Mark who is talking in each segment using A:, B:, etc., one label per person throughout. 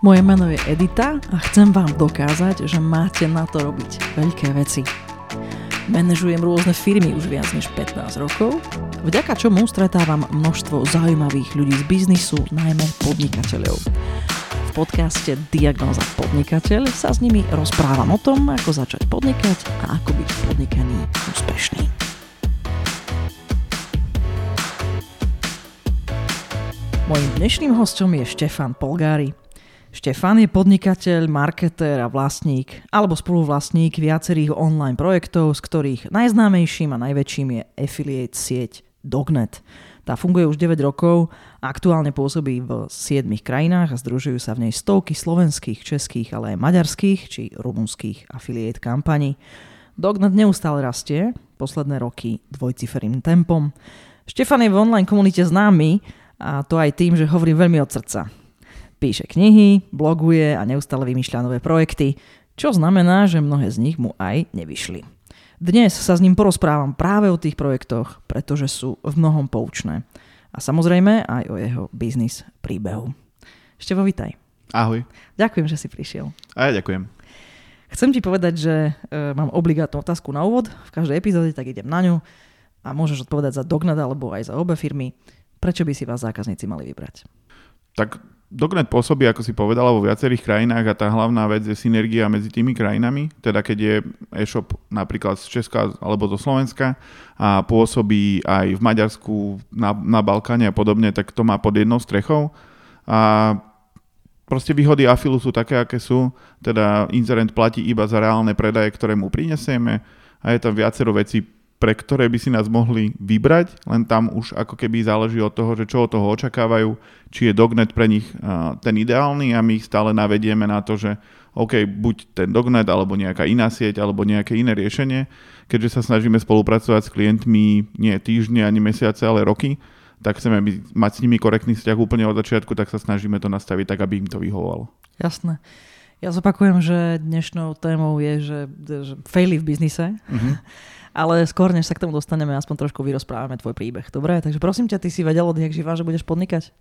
A: Moje meno je Edita a chcem vám dokázať, že máte na to robiť veľké veci. Manažujem rôzne firmy už viac než 15 rokov, vďaka čomu stretávam množstvo zaujímavých ľudí z biznisu, najmä podnikateľov. V podcaste Diagnóza podnikateľ sa s nimi rozprávam o tom, ako začať podnikať a ako byť v podnikaní úspešný. Mojím dnešným hosťom je Štefan Polgári. Štefan je podnikateľ, marketér a vlastník alebo spoluvlastník viacerých online projektov, z ktorých najznámejším a najväčším je affiliate sieť Dognet. Tá funguje už 9 rokov a aktuálne pôsobí v 7 krajinách a združujú sa v nej stovky slovenských, českých, ale aj maďarských či rumunských affiliate kampaní. Dognet neustále rastie, posledné roky dvojciferným tempom. Štefan je v online komunite známy a to aj tým, že hovorí veľmi od srdca. Píše knihy, bloguje a neustále vymýšľa nové projekty, čo znamená, že mnohé z nich mu aj nevyšli. Dnes sa s ním porozprávam práve o tých projektoch, pretože sú v mnohom poučné. A samozrejme aj o jeho biznis príbehu. Števo, vitaj.
B: Ahoj.
A: Ďakujem, že si prišiel.
B: A ja ďakujem.
A: Chcem ti povedať, že mám obligátnu otázku na úvod. V každej epizóde tak idem na ňu a môžeš odpovedať za Dognet alebo aj za obe firmy. Prečo by si vás zákazníci mali vybrať?
B: Tak Dognet pôsobí, ako si povedala, vo viacerých krajinách a tá hlavná vec je synergia medzi tými krajinami, teda keď je e-shop napríklad z Česka alebo zo Slovenska a pôsobí aj v Maďarsku, na Balkáne a podobne, tak to má pod jednou strechou a proste výhody afilu sú také, aké sú, teda inzerent platí iba za reálne predaje, ktoré mu prinesieme a je tam viacero vecí, pre ktoré by si nás mohli vybrať, len tam už ako keby záleží od toho, že čo od toho očakávajú, či je Dognet pre nich ten ideálny a my ich stále navedieme na to, že OK, buď ten Dognet, alebo nejaká iná sieť, alebo nejaké iné riešenie. Keďže sa snažíme spolupracovať s klientmi nie týždne ani mesiace, ale roky, tak chceme mať s nimi korektný vzťah úplne od začiatku, tak sa snažíme to nastaviť tak, aby im to vyhovovalo.
A: Jasné. Ja zopakujem, že dnešnou témou je, že faily v biznise. Ale skôr, než sa k tomu dostaneme, aspoň trošku vyrozprávame tvoj príbeh. Dobre, takže prosím ťa, ty si vedel odjak živa, že budeš podnikať?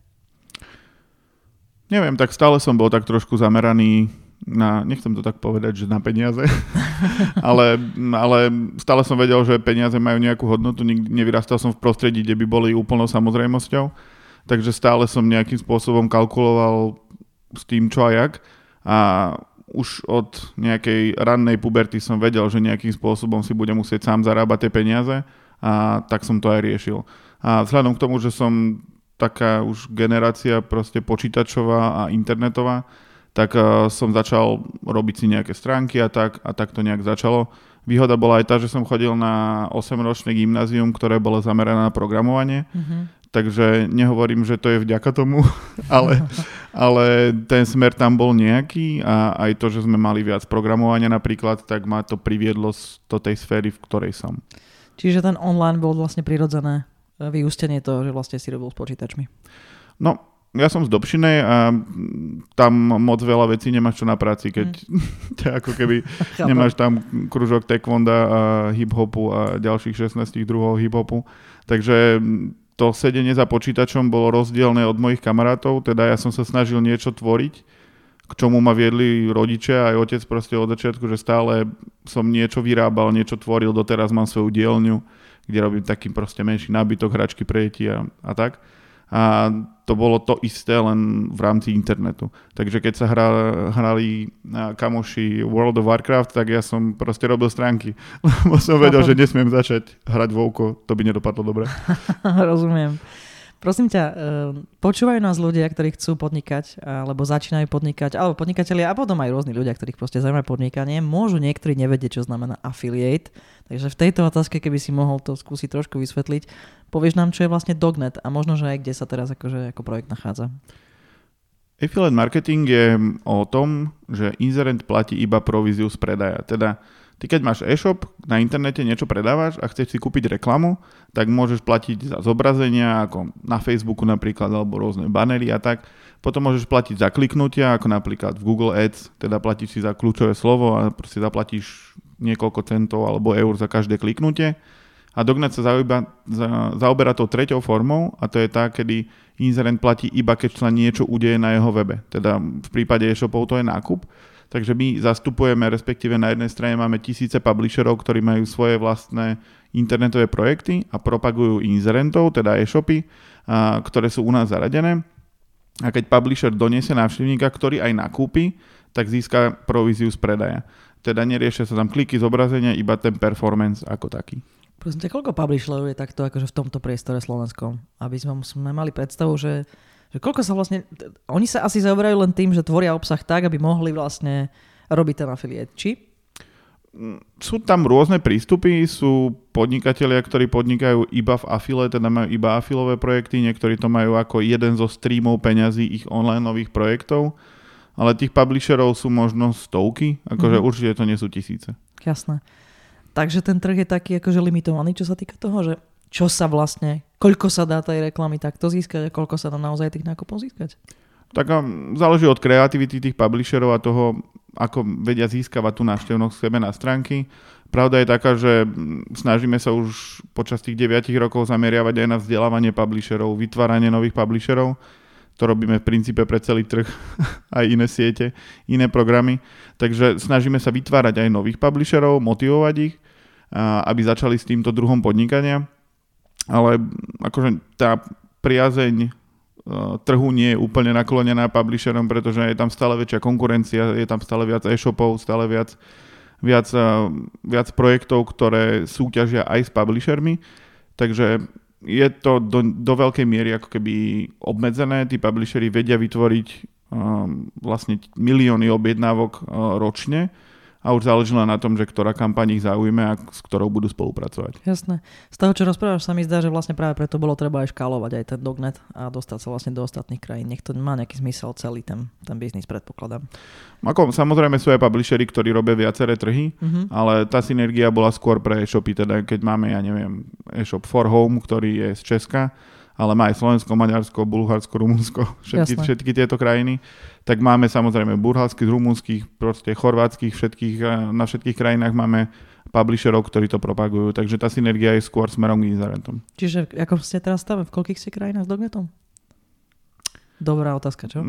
B: Neviem, tak stále som bol tak trošku zameraný na, nechcem to tak povedať, že na peniaze, ale stále som vedel, že peniaze majú nejakú hodnotu, nevyrastal som v prostredí, kde by boli úplnou samozrejmosťou, takže stále som nejakým spôsobom kalkuloval s tým, čo a jak a už od nejakej rannej puberty som vedel, že nejakým spôsobom si budem musieť sám zarábať tie peniaze a tak som to aj riešil. A vzhľadom k tomu, že som taká už generácia proste počítačová a internetová, tak som začal robiť si nejaké stránky a tak to nejak začalo. Výhoda bola aj tá, že som chodil na 8-ročné gymnázium, ktoré bolo zamerané na programovanie. Takže nehovorím, že to je vďaka tomu, ale ten smer tam bol nejaký a aj to, že sme mali viac programovania napríklad, tak ma to priviedlo do tej sféry, v ktorej som.
A: Čiže ten online bol vlastne prirodzené vyústenie toho, že vlastne si robil s počítačmi?
B: No, ja som z Dobšinej a tam moc veľa vecí nemáš čo na práci, keď ako keby nemáš tam kružok taekwonda a hip-hopu a ďalších 16 druhov hip-hopu. Takže to sedenie za počítačom bolo rozdielne od mojich kamarátov, teda ja som sa snažil niečo tvoriť, k čomu ma viedli rodičia aj otec proste od začiatku, že stále som niečo vyrábal, niečo tvoril, doteraz mám svoju dielňu, kde robím taký proste menší nábytok, hračky pre deti a tak. A to bolo to isté len v rámci internetu. Takže keď sa hrali kamoši World of Warcraft, tak ja som proste robil stránky. Lebo som vedel, že nesmiem začať hrať WoWko, to by nedopadlo dobre.
A: Rozumiem. Prosím ťa, počúvajú nás ľudia, ktorí chcú podnikať, alebo začínajú podnikať, alebo podnikatelia a potom aj rôzni ľudia, ktorých proste zaujíma podnikanie. Môžu niektorí nevedieť, čo znamená affiliate. Takže v tejto otázke, keby si mohol to skúsiť trošku vysvetliť, povieš nám, čo je vlastne Dognet a možno, že aj kde sa teraz ako projekt nachádza.
B: Affiliate marketing je o tom, že inzerent platí iba províziu z predaja. Teda ty keď máš e-shop, na internete niečo predávaš a chceš si kúpiť reklamu, tak môžeš platiť za zobrazenia, ako na Facebooku napríklad, alebo rôzne banery a tak. Potom môžeš platiť za kliknutia, ako napríklad v Google Ads, teda platíš si za kľúčové slovo a proste zaplatíš niekoľko centov alebo eur za každé kliknutie. A Dognet sa zaoberá tou treťou formou a to je tá, kedy inzerent platí iba keď sa niečo udeje na jeho webe. Teda v prípade e-shopov to je nákup. Takže my zastupujeme, respektíve na jednej strane máme tisíce publisherov, ktorí majú svoje vlastné internetové projekty a propagujú inzerentov, teda e-shopy, ktoré sú u nás zaradené. A keď publisher doniesie návštevníka, ktorý aj nakúpi, tak získa províziu z predaja. Teda neriešia sa tam kliky, zobrazenia, iba ten performance ako taký.
A: Prosím, koľko publisherov je takto akože v tomto priestore slovenskom? Aby sme mali predstavu, že koľko sa vlastne... Oni sa asi zaoberajú len tým, že tvoria obsah tak, aby mohli vlastne robiť ten affiliate, či?
B: Sú tam rôzne prístupy, sú podnikatelia, ktorí podnikajú iba v affile, teda majú iba affilové projekty, niektorí to majú ako jeden zo streamov peňazí ich online nových projektov, ale tých publisherov sú možno stovky, akože určite to nie sú tisíce.
A: Jasné. Takže ten trh je taký akože limitovaný, čo sa týka toho, že čo sa vlastne, koľko sa dá tej reklamy takto získať a koľko sa dá naozaj tých nákupov získať?
B: Tak záleží od kreativity tých publisherov a toho, ako vedia získavať tú návštevnosť k sebe na stránky. Pravda je taká, že snažíme sa už počas tých 9 rokov zameriavať aj na vzdelávanie publisherov, vytváranie nových publisherov. To robíme v princípe pre celý trh, aj iné siete, iné programy. Takže snažíme sa vytvárať aj nových publisherov, motivovať ich, aby začali s týmto druhom podnikania. Ale akože tá priazeň trhu nie je úplne naklonená publisherom, pretože je tam stále väčšia konkurencia, je tam stále viac e-shopov, stále viac projektov, ktoré súťažia aj s publishermi. Takže je to do veľkej miery ako keby obmedzené. Tí publisheri vedia vytvoriť vlastne milióny objednávok ročne a už záleží len na tom, že ktorá kampaň ich zaujme a s ktorou budú spolupracovať.
A: Jasné. Z toho, čo rozprávaš, sa mi zdá, že vlastne práve preto bolo treba aj škálovať aj ten Dognet a dostať sa vlastne do ostatných krajín. Nech to má nejaký zmysel celý ten biznis, predpokladám.
B: Ako, samozrejme sú aj publisheri, ktorí robia viaceré trhy, ale tá synergia bola skôr pre e-shopy, teda keď máme, ja neviem, e-shop For Home, ktorý je z Česka, ale má aj Slovensko, Maďarsko, Bulharsko, Rumunsko, všetky tieto krajiny, tak máme samozrejme bulharských, rumunských, proste chorvátskych, na všetkých krajinách máme publisherov, ktorí to propagujú, takže tá synergia je skôr smerom k inzerentom.
A: Čiže ako ste teraz stave, v koľkých ste krajinách s Dognetom? Dobrá otázka, čo?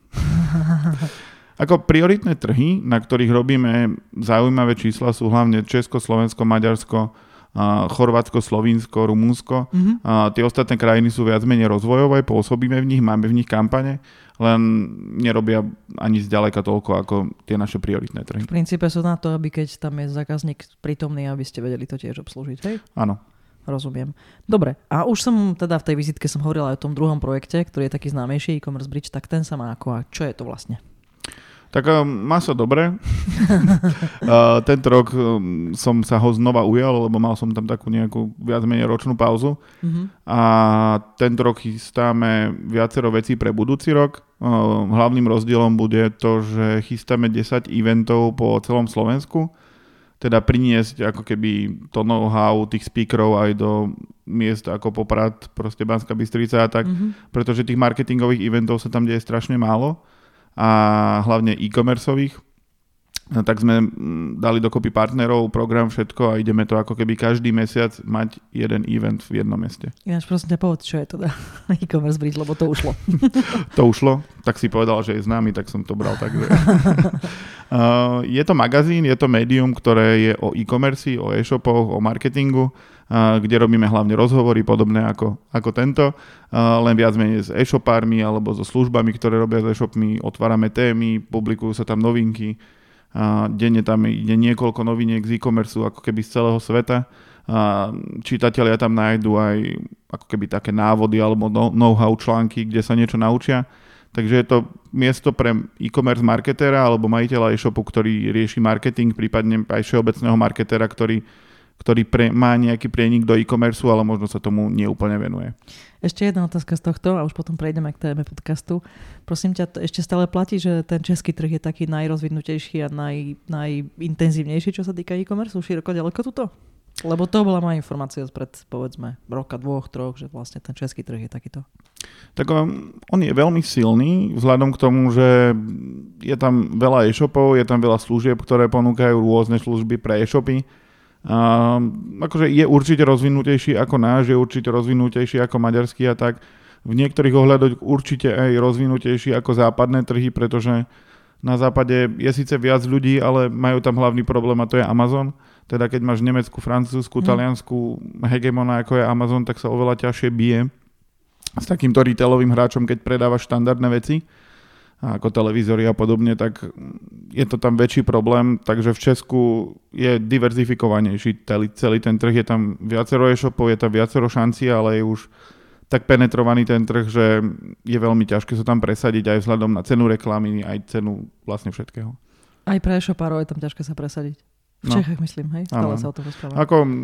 B: Ako prioritné trhy, na ktorých robíme zaujímavé čísla, sú hlavne Česko, Slovensko, Maďarsko, Chorvátsko, Slovinsko, Rumunsko. Tie ostatné krajiny sú viac menej rozvojové, pôsobíme v nich, máme v nich kampane, len nerobia ani zďaleka toľko ako tie naše prioritné trhy.
A: V princípe sú na to, aby keď tam je zákazník prítomný, aby ste vedeli to tiež obslúžiť, hej?
B: Áno.
A: Rozumiem. Dobre, a už som teda v tej vizitke som hovoril aj o tom druhom projekte, ktorý je taký známejší, e-commerce bridge, tak ten sa má ako a čo je to vlastne?
B: Tak má sa dobre. Tento rok som sa ho znova ujal, lebo mal som tam takú nejakú viac menej ročnú pauzu. A tento rok chystáme viacero vecí pre budúci rok. Hlavným rozdielom bude to, že chystáme 10 eventov po celom Slovensku. Teda priniesť ako keby to know-how tých speakerov aj do miest ako Poprad, proste Banská Bystrica a tak. Pretože tých marketingových eventov sa tam deje strašne málo. A hlavne e-commerceových, tak sme dali dokopy partnerov, program, všetko a ideme to ako keby každý mesiac mať jeden event v jednom meste.
A: Ináč prosím ťa povedz, čo je to e-commerce bridge, lebo to ušlo.
B: To ušlo, tak si povedal, že je známy, tak som to bral tak. Je to magazín, je to médium, ktoré je o e-commerce, o e-shopoch, o marketingu, kde robíme hlavne rozhovory podobné ako tento, len viac menej s e-shopármi alebo so službami, ktoré robia s e-shopmi, otvárame témy, publikujú sa tam novinky, denne tam ide niekoľko noviniek z e-commerce ako keby z celého sveta. Čitatelia tam nájdu aj ako keby také návody alebo know-how články, kde sa niečo naučia. Takže je to miesto pre e-commerce marketéra alebo majiteľa e-shopu, ktorý rieši marketing, prípadne aj všeobecného marketéra, ktorý má nejaký prienik do e-commerce, ale možno sa tomu neúplne venuje.
A: Ešte jedna otázka z tohto a už potom prejdeme k téme podcastu. Prosím ťa, to ešte stále platí, že ten český trh je taký najrozvinutejší a najintenzívnejší, čo sa týka e-commerce? Široko ďaleko tuto? Lebo to bola moja informácia pred, povedzme, roka, 2-3, že vlastne ten český trh je takýto.
B: Tak on je veľmi silný vzhľadom k tomu, že je tam veľa e-shopov, je tam veľa služieb, ktoré ponúkajú rôzne služby pre e-shopy. Akože je určite rozvinutejší ako náš, je určite rozvinutejší ako maďarský a tak. V niektorých ohľadoch určite aj rozvinutejší ako západné trhy, pretože na západe je síce viac ľudí, ale majú tam hlavný problém a to je Amazon. Teda keď máš Nemecku, Francúzsku, Taliansku hegemona ako je Amazon, tak sa oveľa ťažšie bije s takýmto retailovým hráčom, keď predávaš štandardné veci ako televízory a podobne, tak je to tam väčší problém, takže v Česku je diverzifikovanejší celý ten trh, je tam viacero e-shopov, je tam viacero šancí, ale je už tak penetrovaný ten trh, že je veľmi ťažké sa tam presadiť aj vzhľadom na cenu reklamy, aj cenu vlastne všetkého.
A: Aj pre e-shopárov je tam ťažké sa presadiť. V Čechách myslím, hej? Stále sa o to rozpráva.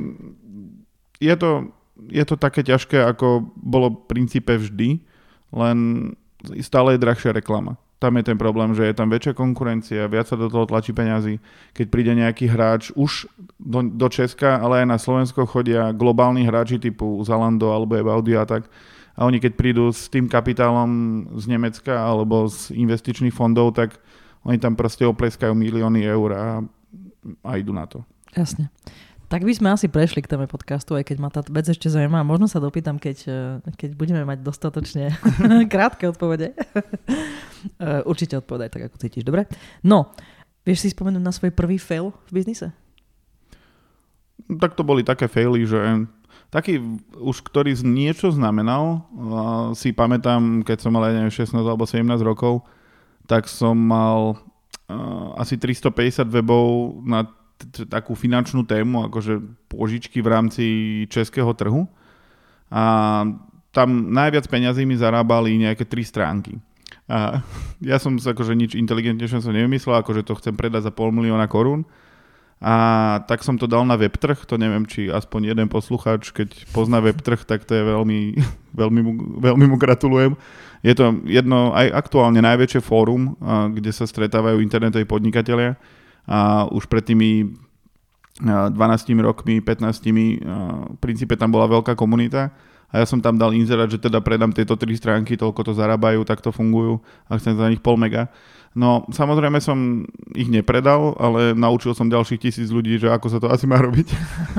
B: Je to také ťažké, ako bolo v princípe vždy, len stále je drahšia reklama. Tam je ten problém, že je tam väčšia konkurencia, viac sa do toho tlačí peňazí. Keď príde nejaký hráč už do Česka, ale aj na Slovensko chodia globálni hráči typu Zalando alebo About You a tak. A oni keď prídu s tým kapitálom z Nemecka alebo z investičných fondov, tak oni tam proste opleskajú milióny eur a idú na to.
A: Jasne. Tak by sme asi prešli k téme podcastu, aj keď ma tá vec ešte zaujíma. Možno sa dopýtam, keď budeme mať dostatočne krátke odpovede. Určite odpovedaj tak, ako cítiš. Dobre? No, vieš si spomenúť na svoj prvý fail v biznise?
B: Tak to boli také faily, že taký už, ktorý niečo znamenal, si pamätám, keď som mal aj 16 alebo 17 rokov, tak som mal asi 350 webov na takú finančnú tému, akože pôžičky v rámci českého trhu. A tam najviac peňazí mi zarábali nejaké 3 stránky. A ja som akože nič inteligentnejšie som nevymyslel, akože to chcem predať za 500 000 korún. A tak som to dal na webtrh, to neviem, či aspoň jeden poslucháč, keď pozná webtrh, tak to je veľmi mu gratulujem. Je to jedno aj aktuálne najväčšie fórum, kde sa stretávajú internetoví podnikatelia. A už pred tými 12 rokmi, 15 v princípe tam bola veľká komunita a ja som tam dal inzerát, že teda predám tieto 3 stránky, toľko to zarábajú, takto fungujú a chcem za nich 0,5 mega. No samozrejme som ich nepredal, ale naučil som ďalších 1000 ľudí, že ako sa to asi má robiť.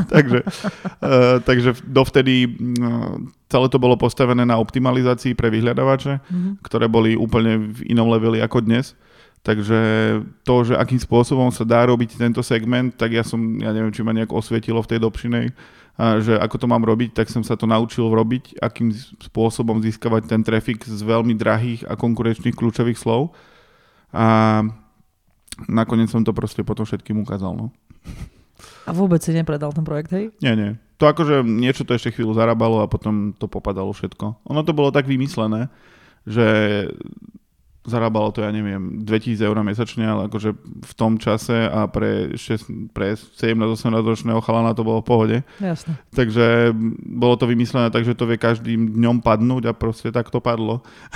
B: takže dovtedy celé to bolo postavené na optimalizácii pre vyhľadávače, ktoré boli úplne v inom leveli ako dnes. Takže to, že akým spôsobom sa dá robiť tento segment, tak ja neviem, či ma nejak osvietilo v tej dobšinej, že ako to mám robiť, tak som sa to naučil robiť, akým spôsobom získavať ten trafik z veľmi drahých a konkurenčných kľúčových slov. A nakoniec som to proste potom všetkým ukázal. No.
A: A vôbec si nepredal ten projekt, hej?
B: Nie. To akože niečo to ešte chvíľu zarábalo a potom to popadalo všetko. Ono to bolo tak vymyslené, že zarábalo to, ja neviem, 2000 eur mesačne, ale akože v tom čase a pre 17-18 ročného chalana to bolo v pohode.
A: Jasne.
B: Takže bolo to vymyslené tak, že to vie každým dňom padnúť a proste tak to padlo.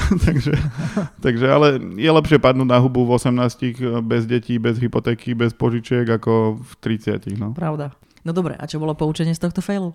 B: takže ale je lepšie padnúť na hubu v 18 bez detí, bez hypotéky, bez požičiek ako v 30. No.
A: Pravda. No dobre, a čo bolo poučenie z tohto failu?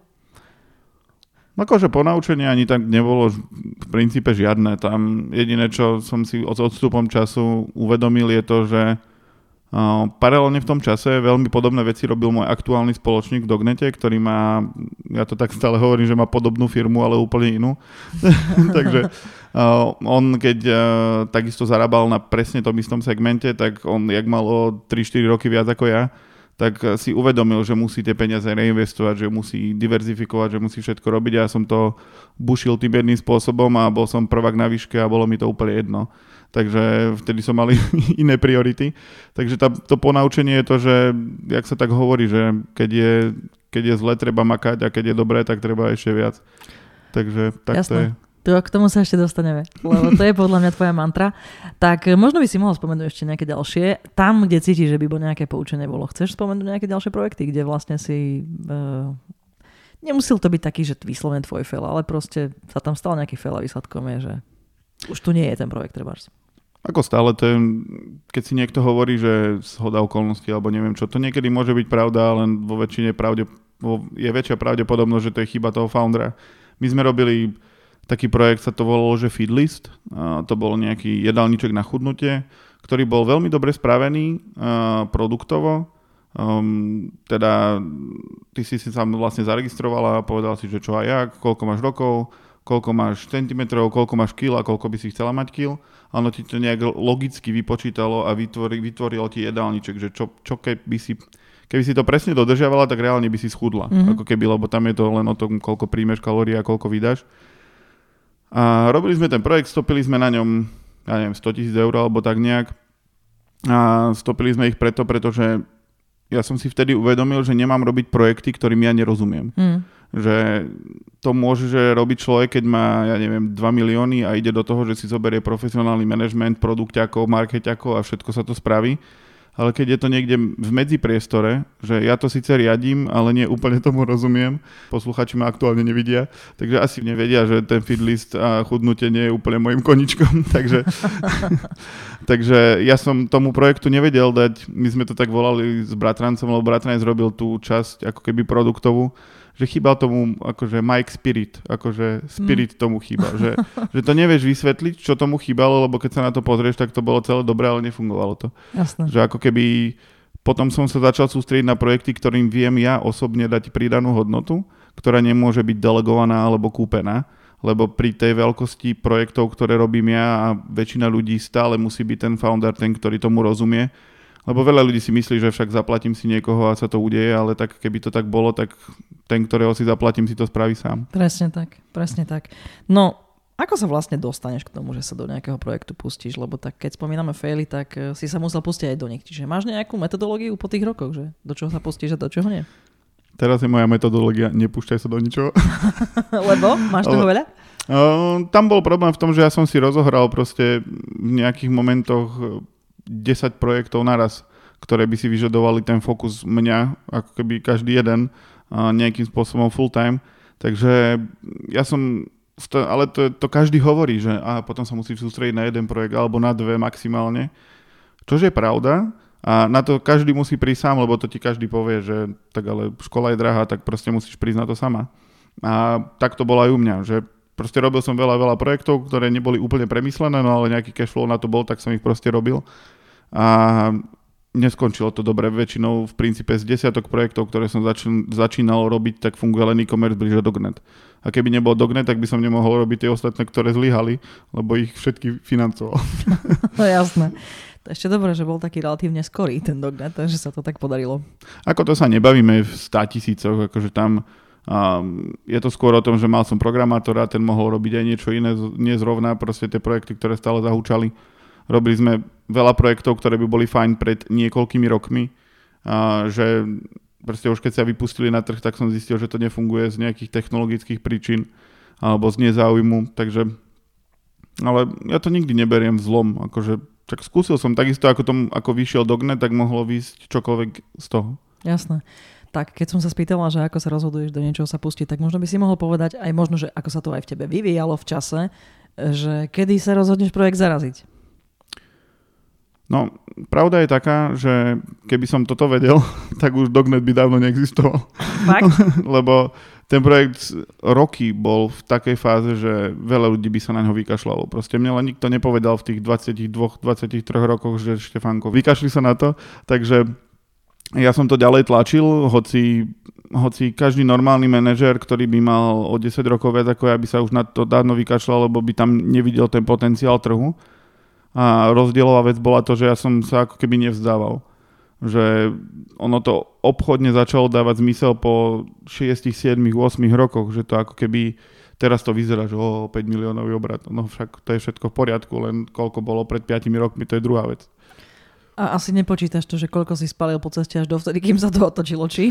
B: Akože ponaučenie ani tak nebolo v princípe žiadne. Tam jediné, čo som si odstupom času uvedomil, je to, že paralelne v tom čase veľmi podobné veci robil môj aktuálny spoločník v Dognete, ktorý má, ja to tak stále hovorím, že má podobnú firmu, ale úplne inú. Takže on keď takisto zarábal na presne tom istom segmente, tak on, jak mal o 3-4 roky viac ako ja, tak si uvedomil, že musí tie peniaze reinvestovať, že musí diverzifikovať, že musí všetko robiť. Ja som to bušil tým jedným spôsobom a bol som prvák na výške a bolo mi to úplne jedno. Takže vtedy som mali iné priority. Takže to ponaučenie je to, že jak sa tak hovorí, že keď je zle, treba makať a keď je dobré, tak treba ešte viac. Takže tak to je.
A: K tomu sa ešte dostaneme, lebo to je podľa mňa tvoja mantra. Tak možno by si mohol spomenúť ešte nejaké ďalšie. Tam, kde cítiš, že by bolo nejaké poučenie bolo. Chceš spomenúť nejaké ďalšie projekty, kde vlastne si... nemusel to byť taký, že vyslovene tvoj fail, ale proste sa tam stal nejaký fail a výsledkom je, že už tu nie je ten projekt trebárs.
B: Ako stále to je, keď si niekto hovorí, že zhoda okolností alebo neviem čo, to niekedy môže byť pravda, ale vo väčšine je väčšia pravdepodobnosť, že to je chyba toho foundera. My sme robili taký projekt, sa to volalo, že Feedlist. To bol nejaký jedálniček na chudnutie, ktorý bol veľmi dobre spravený produktovo, Teda ty si sa vlastne zaregistrovala a povedal si, že čo a jak, koľko máš rokov, koľko máš centimetrov, koľko máš kil a koľko by si chcela mať kil. A ono ti to nejak logicky vypočítalo a vytvorilo ti jedálniček, že čo keby si to presne dodržiavala, tak reálne by si schudla. Ako keby, lebo tam je to len o tom, koľko príjmeš kalórií a koľko vydáš. A robili sme ten projekt, stopili sme na ňom, ja neviem, 100,000 eur alebo tak nejak. A stopili sme ich pretože ja som si vtedy uvedomil, že nemám robiť projekty, ktorým ja nerozumiem. Že to môže robiť človek, keď má, ja neviem, 2 milióny a ide do toho, že si zoberie profesionálny manažment, produkťakov, markeťakov a všetko sa to spraví. Ale keď je to niekde v medzipriestore, že ja to síce riadím, ale nie úplne tomu rozumiem, posluchači ma aktuálne nevidia, takže asi nevedia, že ten feedlist a chudnutie nie je úplne môjim koničkom, takže ja som tomu projektu nevedel dať, my sme to tak volali s bratrancom, lebo bratranec robil tú časť ako keby produktovú, že chýbal tomu akože Mike Spirit, akože Spirit tomu chýba, že to nevieš vysvetliť, čo tomu chýbalo, lebo keď sa na to pozrieš, tak to bolo celé dobré, ale nefungovalo to.
A: Jasné.
B: Že ako keby potom som sa začal sústrediť na projekty, ktorým viem ja osobne dať pridanú hodnotu, ktorá nemôže byť delegovaná alebo kúpená, lebo pri tej veľkosti projektov, ktoré robím ja a väčšina ľudí stále musí byť ten founder, ten, ktorý tomu rozumie. Lebo veľa ľudí si myslí, že však zaplatím si niekoho a sa to udeje, ale tak keby to tak bolo, tak ten, ktorého si zaplatím, si to spraví sám.
A: Presne tak. No, ako sa vlastne dostaneš k tomu, že sa do nejakého projektu pustíš? Lebo tak keď spomíname faily, tak si sa musel pustiť aj do nich. Čiže máš nejakú metodológiu po tých rokoch, že do čoho sa pustíš a do čoho nie?
B: Teraz je moja metodológia, nepúšťaj sa do ničoho.
A: Lebo? Máš toho veľa?
B: Tam bol problém v tom, že ja som si rozohral proste v nejakých momentoch 10 projektov naraz, ktoré by si vyžadovali ten fokus mňa, ako keby každý jeden, nejakým spôsobom full time. Takže ja som, ale to každý hovorí, že potom sa musíš sústrediť na jeden projekt alebo na 2 maximálne. Čože je pravda a na to každý musí prísť sám, lebo to ti každý povie, že tak ale škola je drahá, tak proste musíš prísť na to sama. A tak to bolo aj u mňa, že proste robil som veľa projektov, ktoré neboli úplne premyslené, no ale nejaký cashflow na to bol, tak som ich proste robil. A neskončilo to dobre. Väčšinou v princípe z 10 projektov, ktoré som začínal robiť, tak funguje len e-commerce bližšie Dognet. A keby nebol Dognet, tak by som nemohol robiť tie ostatné, ktoré zlyhali, lebo ich všetky financoval.
A: No jasné. To ešte dobré, že bol taký relatívne skorý ten Dognet, že sa to tak podarilo.
B: Ako to sa nebavíme v 100 000, akože tam je to skôr o tom, že mal som programátora, ten mohol robiť aj niečo iné, nie zrovna proste tie projekty, ktoré stále zahúčali. Robili sme veľa projektov, ktoré by boli fajn pred niekoľkými rokmi, že proste už keď sa vypustili na trh, tak som zistil, že to nefunguje z nejakých technologických príčin alebo z nezáujmu, takže ale ja to nikdy neberiem zlom, akože tak skúsil som takisto, ako vyšiel Dognet, tak mohlo výjsť čokoľvek z toho.
A: Jasné. Tak keď som sa spýtala, že ako sa rozhoduješ do niečoho sa pustiť, tak možno by si mohol povedať aj možno, že ako sa to aj v tebe vyvíjalo v čase, že kedy sa rozhodneš projekt zaraziť?
B: No, pravda je taká, že keby som toto vedel, tak už Dognet by dávno neexistoval.
A: Fakt?
B: Lebo ten projekt roky bol v takej fáze, že veľa ľudí by sa na ňo vykašľalo. Proste mne len nikto nepovedal v tých 22-23 rokoch, že Štefánko, vykašli sa na to, takže ja som to ďalej tlačil, hoci každý normálny manažér, ktorý by mal o 10 rokov viac ako ja, by sa už na to dávno vykašľal, lebo by tam nevidel ten potenciál trhu. A rozdielová vec bola to, že ja som sa ako keby nevzdával. Že ono to obchodne začalo dávať zmysel po 6, 7, 8 rokoch, že to ako keby teraz to vyzerá, že 5 miliónový obrat. No však to je všetko v poriadku, len koľko bolo pred 5 rokmi, to je druhá vec.
A: A asi nepočítaš to, že koľko si spalil po ceste až dovtedy, kým sa to otočilo, či?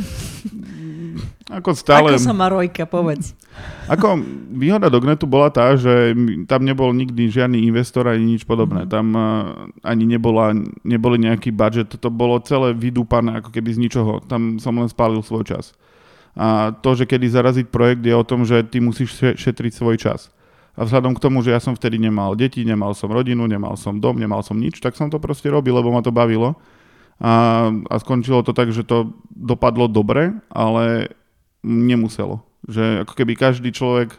B: Ako stále...
A: Ako sa má Rojka, povedz.
B: Ako výhoda Dognetu bola tá, že tam nebol nikdy žiadny investor ani nič podobné. Tam ani neboli nejaký budget. To bolo celé vydúpané ako keby z ničoho. Tam som len spálil svoj čas. A to, že kedy zaraziť projekt, je o tom, že ty musíš šetriť svoj čas. A vzhľadom k tomu, že ja som vtedy nemal deti, nemal som rodinu, nemal som dom, nemal som nič, tak som to proste robil, lebo ma to bavilo. A skončilo to tak, že to dopadlo dobre, ale nemuselo. Že ako keby každý človek,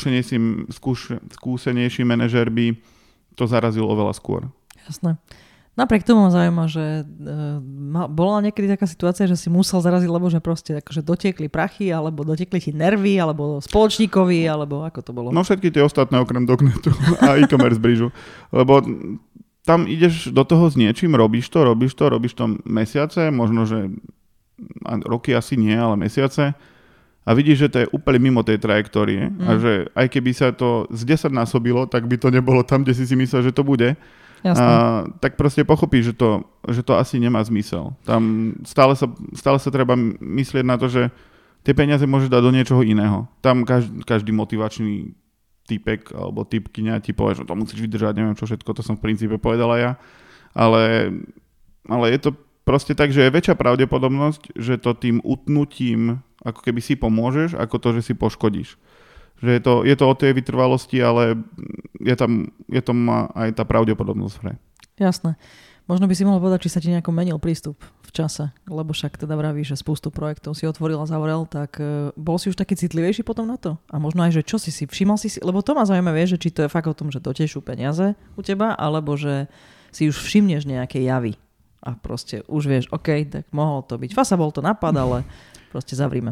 B: skúsenejší manažér by to zarazil oveľa skôr.
A: Jasné. Napriek tomu ma zaujíma, že bola niekedy taká situácia, že si musel zaraziť, lebo že proste akože dotiekli prachy, alebo dotiekli ti nervy, alebo spoločníkovi, alebo ako to bolo?
B: No všetky tie ostatné okrem Dognetu a e-commerce bridgeu. Lebo tam ideš do toho s niečím, robíš to mesiace, možno, že roky asi nie, ale mesiace. A vidíš, že to je úplne mimo tej trajektórie a že aj keby sa to z 10 násobilo, tak by to nebolo tam, kde si myslel, že to bude. Tak proste pochopíš, že to asi nemá zmysel. Tam stále sa treba myslieť na to, že tie peniaze môžeš dať do niečoho iného. Tam každý motivačný typek alebo typkyňa ti povie, že to musíš vydržať, neviem čo všetko, to som v princípe povedala ja. Ale je to proste tak, že je väčšia pravdepodobnosť, že to tým utnutím ako keby si pomôžeš, ako to, že si poškodíš. Že je to o tej vytrvalosti, ale je tam aj tá pravdepodobnosť v hre.
A: Jasné. Možno by si mohol povedať, či sa ti nejako menil prístup v čase, lebo však teda vravíš, že spústu projektov si otvoril a zavrel, tak bol si už taký citlivejší potom na to? A možno aj, že čo si všimol si, lebo to ma zaujíma, vieš, že či to je fakt o tom, že dotečú peniaze u teba, alebo že si už všimneš nejaké javy a proste už vieš, OK, tak mohol to byť. Fasa bol to nápad, ale proste zavrime.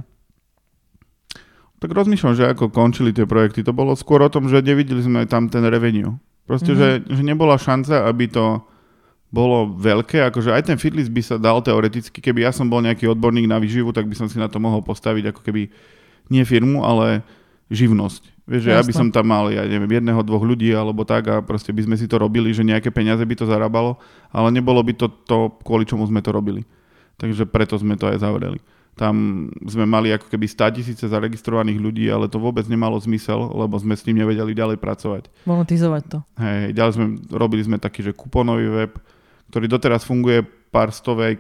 B: Tak rozmýšľam, že ako končili tie projekty. To bolo skôr o tom, že nevideli sme tam ten revenue. Proste, že nebola šanca, aby to bolo veľké. Akože aj ten Feedlist by sa dal teoreticky. Keby ja som bol nejaký odborník na výživu, tak by som si na to mohol postaviť ako keby nie firmu, ale živnosť. Vieš, že ja by som tam mal, ja neviem, 1-2 ľudí alebo tak a proste by sme si to robili, že nejaké peniaze by to zarábalo, ale nebolo by to, kvôli čomu sme to robili. Takže preto sme to aj zavreli. Tam sme mali ako keby 100 000 zaregistrovaných ľudí, ale to vôbec nemalo zmysel, lebo sme s tým nevedeli ďalej pracovať.
A: Monetizovať to.
B: Hej, ďalej robili sme taký, že kuponový web, ktorý doteraz funguje pár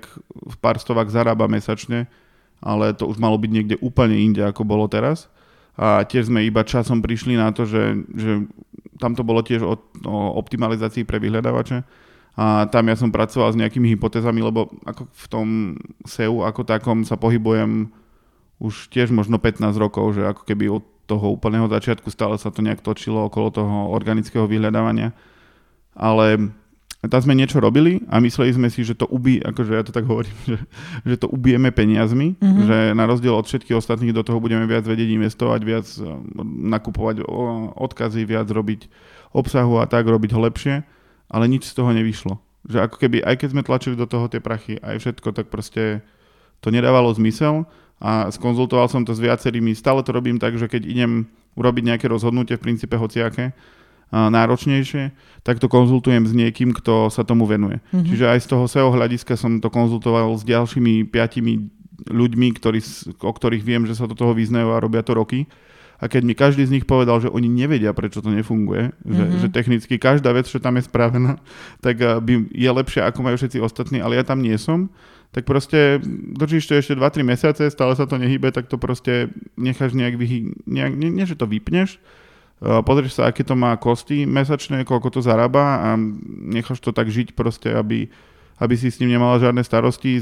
B: stovák zarába mesačne, ale to už malo byť niekde úplne inde, ako bolo teraz. A tiež sme iba časom prišli na to, že tam to bolo tiež o optimalizácii pre vyhľadávače. A tam ja som pracoval s nejakými hypotézami, lebo ako v tom SEO ako takom sa pohybujem už tiež možno 15 rokov, že ako keby od toho úplného začiatku stále sa to nejak točilo okolo toho organického vyhľadávania. Ale tam sme niečo robili a mysleli sme si, že to akože ja to tak hovorím, že to ubijeme peniazmi, že na rozdiel od všetkých ostatných do toho budeme viac vedieť investovať, viac nakupovať odkazy, viac robiť obsahu a tak, robiť ho lepšie. Ale nič z toho nevyšlo. Že ako keby, aj keď sme tlačili do toho tie prachy, aj všetko, tak proste to nedávalo zmysel a skonzultoval som to s viacerými. Stále to robím tak, že keď idem urobiť nejaké rozhodnutie, v princípe hociaké, náročnejšie, tak to konzultujem s niekým, kto sa tomu venuje. Čiže aj z toho SEO hľadiska som to konzultoval s ďalšími 5 ľuďmi, o ktorých viem, že sa do toho vyznajú a robia to roky. A keď mi každý z nich povedal, že oni nevedia, prečo to nefunguje, že technicky každá vec, čo tam je spravená, tak je lepšia, ako majú všetci ostatní, ale ja tam nie som, tak proste držíš to ešte 2-3 mesiace, stále sa to nehybe, tak to proste necháš nejak nie, že to vypneš, pozrieš sa, aké to má kosti mesačné, koľko to zarába a necháš to tak žiť proste, aby si s ním nemala žiadne starosti,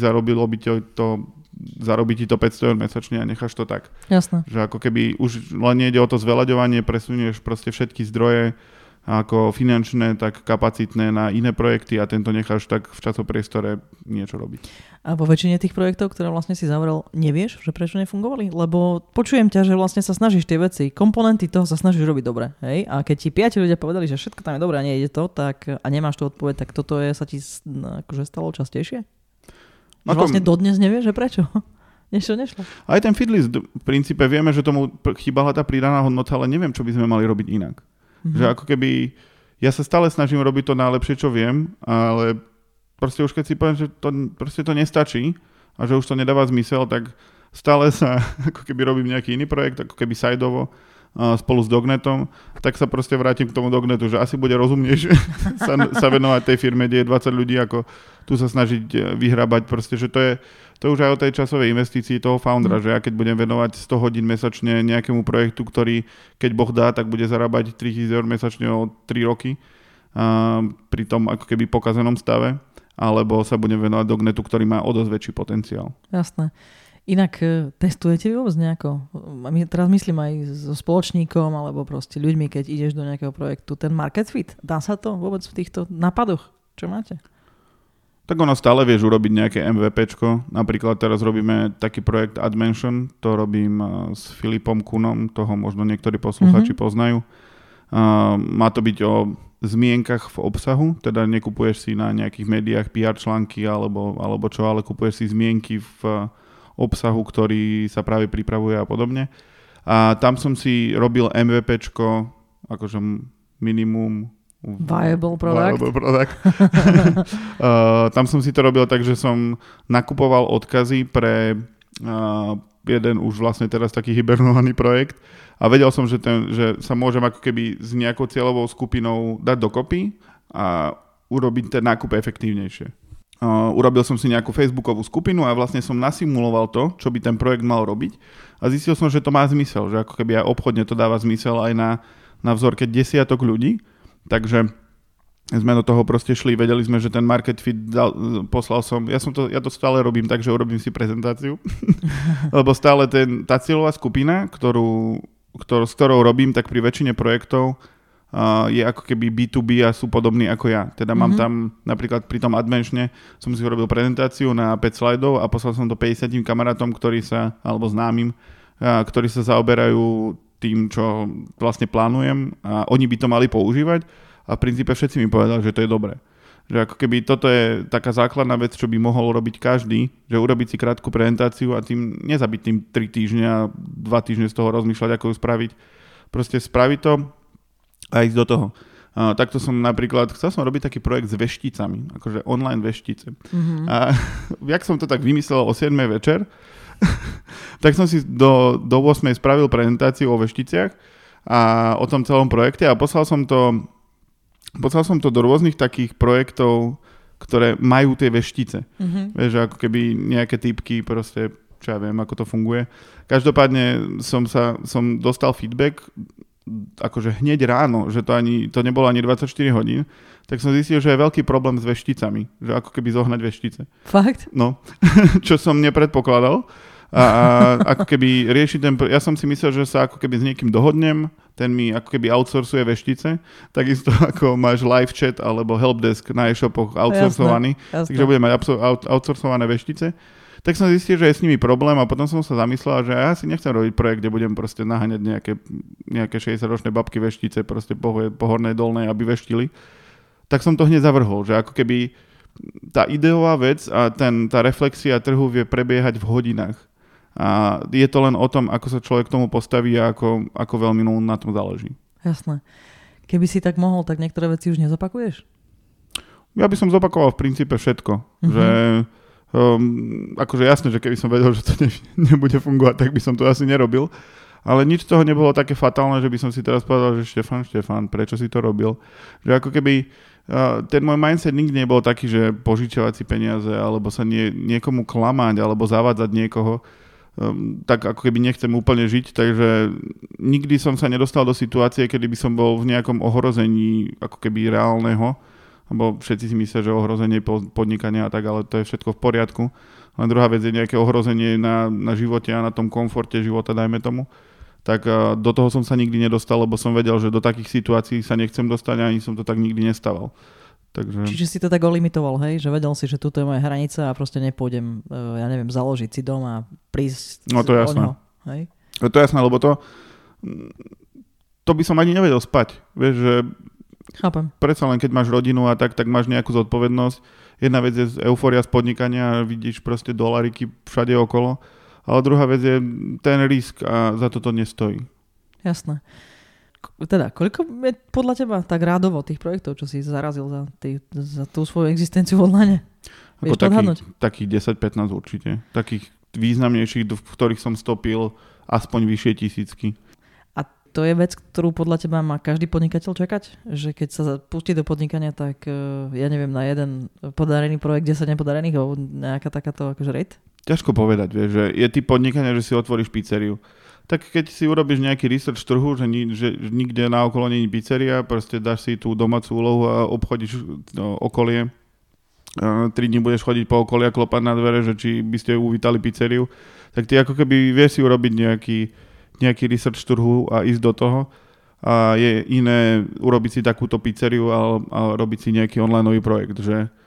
B: zarobí ti to 500 € mesačne a necháš to tak.
A: Jasné. Že
B: ako keby už len nejde o to zveľaďovanie, presunieš proste všetky zdroje, ako finančné, tak kapacitné na iné projekty a tento necháš tak v časopriestore niečo robiť.
A: A vo väčšine tých projektov, ktoré vlastne si zavrel, nevieš, že prečo nefungovali? Lebo počujem ťa, že vlastne sa snažíš tie veci, komponenty toho sa snažíš robiť dobre. Hej? A keď ti 5 ľudia povedali, že všetko tam je dobré a nejde to, tak a nemáš tú odpoveď, tak toto sa ti akože stalo častejšie? Že vlastne dodnes nevieš, že prečo? Nešlo.
B: Aj ten Feedlist, v princípe vieme, že tomu chýbala tá pridaná hodnota, ale neviem, čo by sme mali robiť inak. Že ako keby, ja sa stále snažím robiť to najlepšie, čo viem, ale proste už keď si poviem, že to nestačí a že už to nedáva zmysel, tak stále sa ako keby robím nejaký iný projekt, ako keby sideovo spolu s Dognetom, tak sa proste vrátim k tomu Dognetu, že asi bude rozumnejšie sa venovať tej firme, kde je 20 ľudí, ako tu sa snažiť vyhrabať, proste, že to je už aj o tej časovej investícii toho foundera, že ja keď budem venovať 100 hodín mesačne nejakému projektu, ktorý keď Boh dá, tak bude zarábať 3 000 € mesačne o 3 roky pri tom ako keby pokazenom stave, alebo sa budem venovať Dognetu, ktorý má o dosť väčší potenciál.
A: Jasné. Inak testujete vy vôbec nejako? Teraz myslím aj so spoločníkom alebo proste ľuďmi, keď ideš do nejakého projektu, ten market fit. Dá sa to vôbec v týchto nápadoch? Čo máte?
B: Tak ono stále vieš urobiť nejaké MVPčko. Napríklad teraz robíme taký projekt Admention, to robím s Filipom Kunom, toho možno niektorí posluchači poznajú. Má to byť o zmienkach v obsahu, teda nekupuješ si na nejakých médiách PR články alebo čo, ale kupuješ si zmienky v obsahu, ktorý sa práve pripravuje a podobne. A tam som si robil MVPčko, akože minimum
A: Viable product.
B: Tam som si to robil tak, že som nakupoval odkazy pre jeden už vlastne teraz taký hibernovaný projekt a vedel som, že sa môžem ako keby s nejakou cieľovou skupinou dať dokopy a urobiť ten nákup efektívnejšie. Urobil som si nejakú facebookovú skupinu a vlastne som nasimuloval to, čo by ten projekt mal robiť a zistil som, že to má zmysel, že ako keby aj obchodne to dáva zmysel aj na vzorke desiatok ľudí. Takže sme do toho proste šli, vedeli sme, že ten market fit poslal som, ja to stále robím tak, že urobím si prezentáciu, lebo stále tá cieľová skupina, s ktorou robím, tak pri väčšine projektov je ako keby B2B a sú podobní ako ja. Teda mám tam napríklad pri tom Admenčne som si urobil prezentáciu na 5 slajdov a poslal som to 50 kamarátom, alebo známym, ktorí sa zaoberajú tým, čo vlastne plánujem a oni by to mali používať a v princípe všetci mi povedali, že to je dobré. Že ako keby toto je taká základná vec, čo by mohol robiť každý, že urobiť si krátku prezentáciu a tým nezabiť tým 3 týždne a 2 týždne z toho rozmýšľať, ako ju spraviť. Proste spraviť to a ísť do toho. Takto som napríklad, chcel som robiť taký projekt s vešticami, akože online veštice. A jak som to tak vymyslel o 7 večer, tak som si do 8 spravil prezentáciu o vešticiach a o tom celom projekte a poslal som to do rôznych takých projektov, ktoré majú tie veštice. Vieš, ako keby nejaké typky, proste, čo ja viem, ako to funguje. Každopádne som dostal feedback akože hneď ráno, že to nebolo ani 24 hodín, tak som zistil, že je veľký problém s vešticami, že ako keby zohnať veštice.
A: Fakt?
B: No, čo som nepredpokladal. A ako keby riešiť ja som si myslel, že sa ako keby s niekým dohodnem, ten mi ako keby outsourcuje veštice, takisto ako máš live chat alebo helpdesk na e-shopoch outsourcovaný, takže budem mať outsourcované veštice. Tak som zistil, že je s nimi problém a potom som sa zamyslel, že ja si nechcem robiť projekt, kde budem proste naháňať nejaké 60-ročné babky veštice proste po hornej dolnej, aby veštili. Tak som to hneď zavrhol, že ako keby tá ideová vec a tá reflexia trhu vie prebiehať v hodinách. A je to len o tom, ako sa človek k tomu postaví a ako veľmi na tom záleží.
A: Jasné. Keby si tak mohol, tak niektoré veci už nezopakuješ?
B: Ja by som zopakoval v princípe všetko. Že akože jasné, že keby som vedel, že to nebude fungovať, tak by som to asi nerobil. Ale nič z toho nebolo také fatálne, že by som si teraz povedal, že Štefan, prečo si to robil? Že ako keby ten môj mindset nikdy nebol taký, že požičiavať si peniaze alebo sa niekomu klamať alebo zavádzať niekoho. Tak ako keby nechcem úplne žiť, takže nikdy som sa nedostal do situácie, kedy by som bol v nejakom ohrození ako keby reálneho, lebo všetci si myslia, že ohrozenie podnikania a tak, ale to je všetko v poriadku. A druhá vec je nejaké ohrozenie na živote a na tom komforte života, dajme tomu. Tak do toho som sa nikdy nedostal, lebo som vedel, že do takých situácií sa nechcem dostať a ani som to tak nikdy nestával. Takže... Čiže
A: si to tak olimitoval, hej? Že vedel si, že tuto je moja hranica a proste nepôjdem, ja neviem, založiť si dom a prísť
B: no to je jasné.
A: Hej?
B: No to je jasné, lebo to by som ani nevedel spať. Vieš, že
A: chápem.
B: Predsa len keď máš rodinu a tak máš nejakú zodpovednosť. Jedna vec je eufória z podnikania a vidíš proste dolariky všade okolo, ale druhá vec je ten risk a za to nestojí.
A: Jasné. Teda, koľko je podľa teba tak rádovo tých projektov, čo si zarazil za tú svoju existenciu v online? Vieš to odhadnúť?
B: Takých 10-15 určite. Takých významnejších, v ktorých som stopil aspoň vyššie tisícky.
A: A to je vec, ktorú podľa teba má každý podnikateľ čakať? Že keď sa pustí do podnikania, tak ja neviem, na jeden podarený projekt, 10 nepodarených, alebo nejaká takáto akože rate?
B: Ťažko povedať, vieš, že je typ podnikania, že si otvoríš pizzeriu. Tak keď si urobíš nejaký research trhu, že nikde naokolo nie je pizzeria, proste dáš si tú domácu úlohu a obchodíš okolie. 3 dní budeš chodiť po okolí a klopať na dvere, že či by ste uvítali pizzeriu. Tak ty ako keby vieš si urobiť nejaký research trhu a ísť do toho. A je iné urobiť si takúto pizzeriu a robiť si nejaký online projekt. Že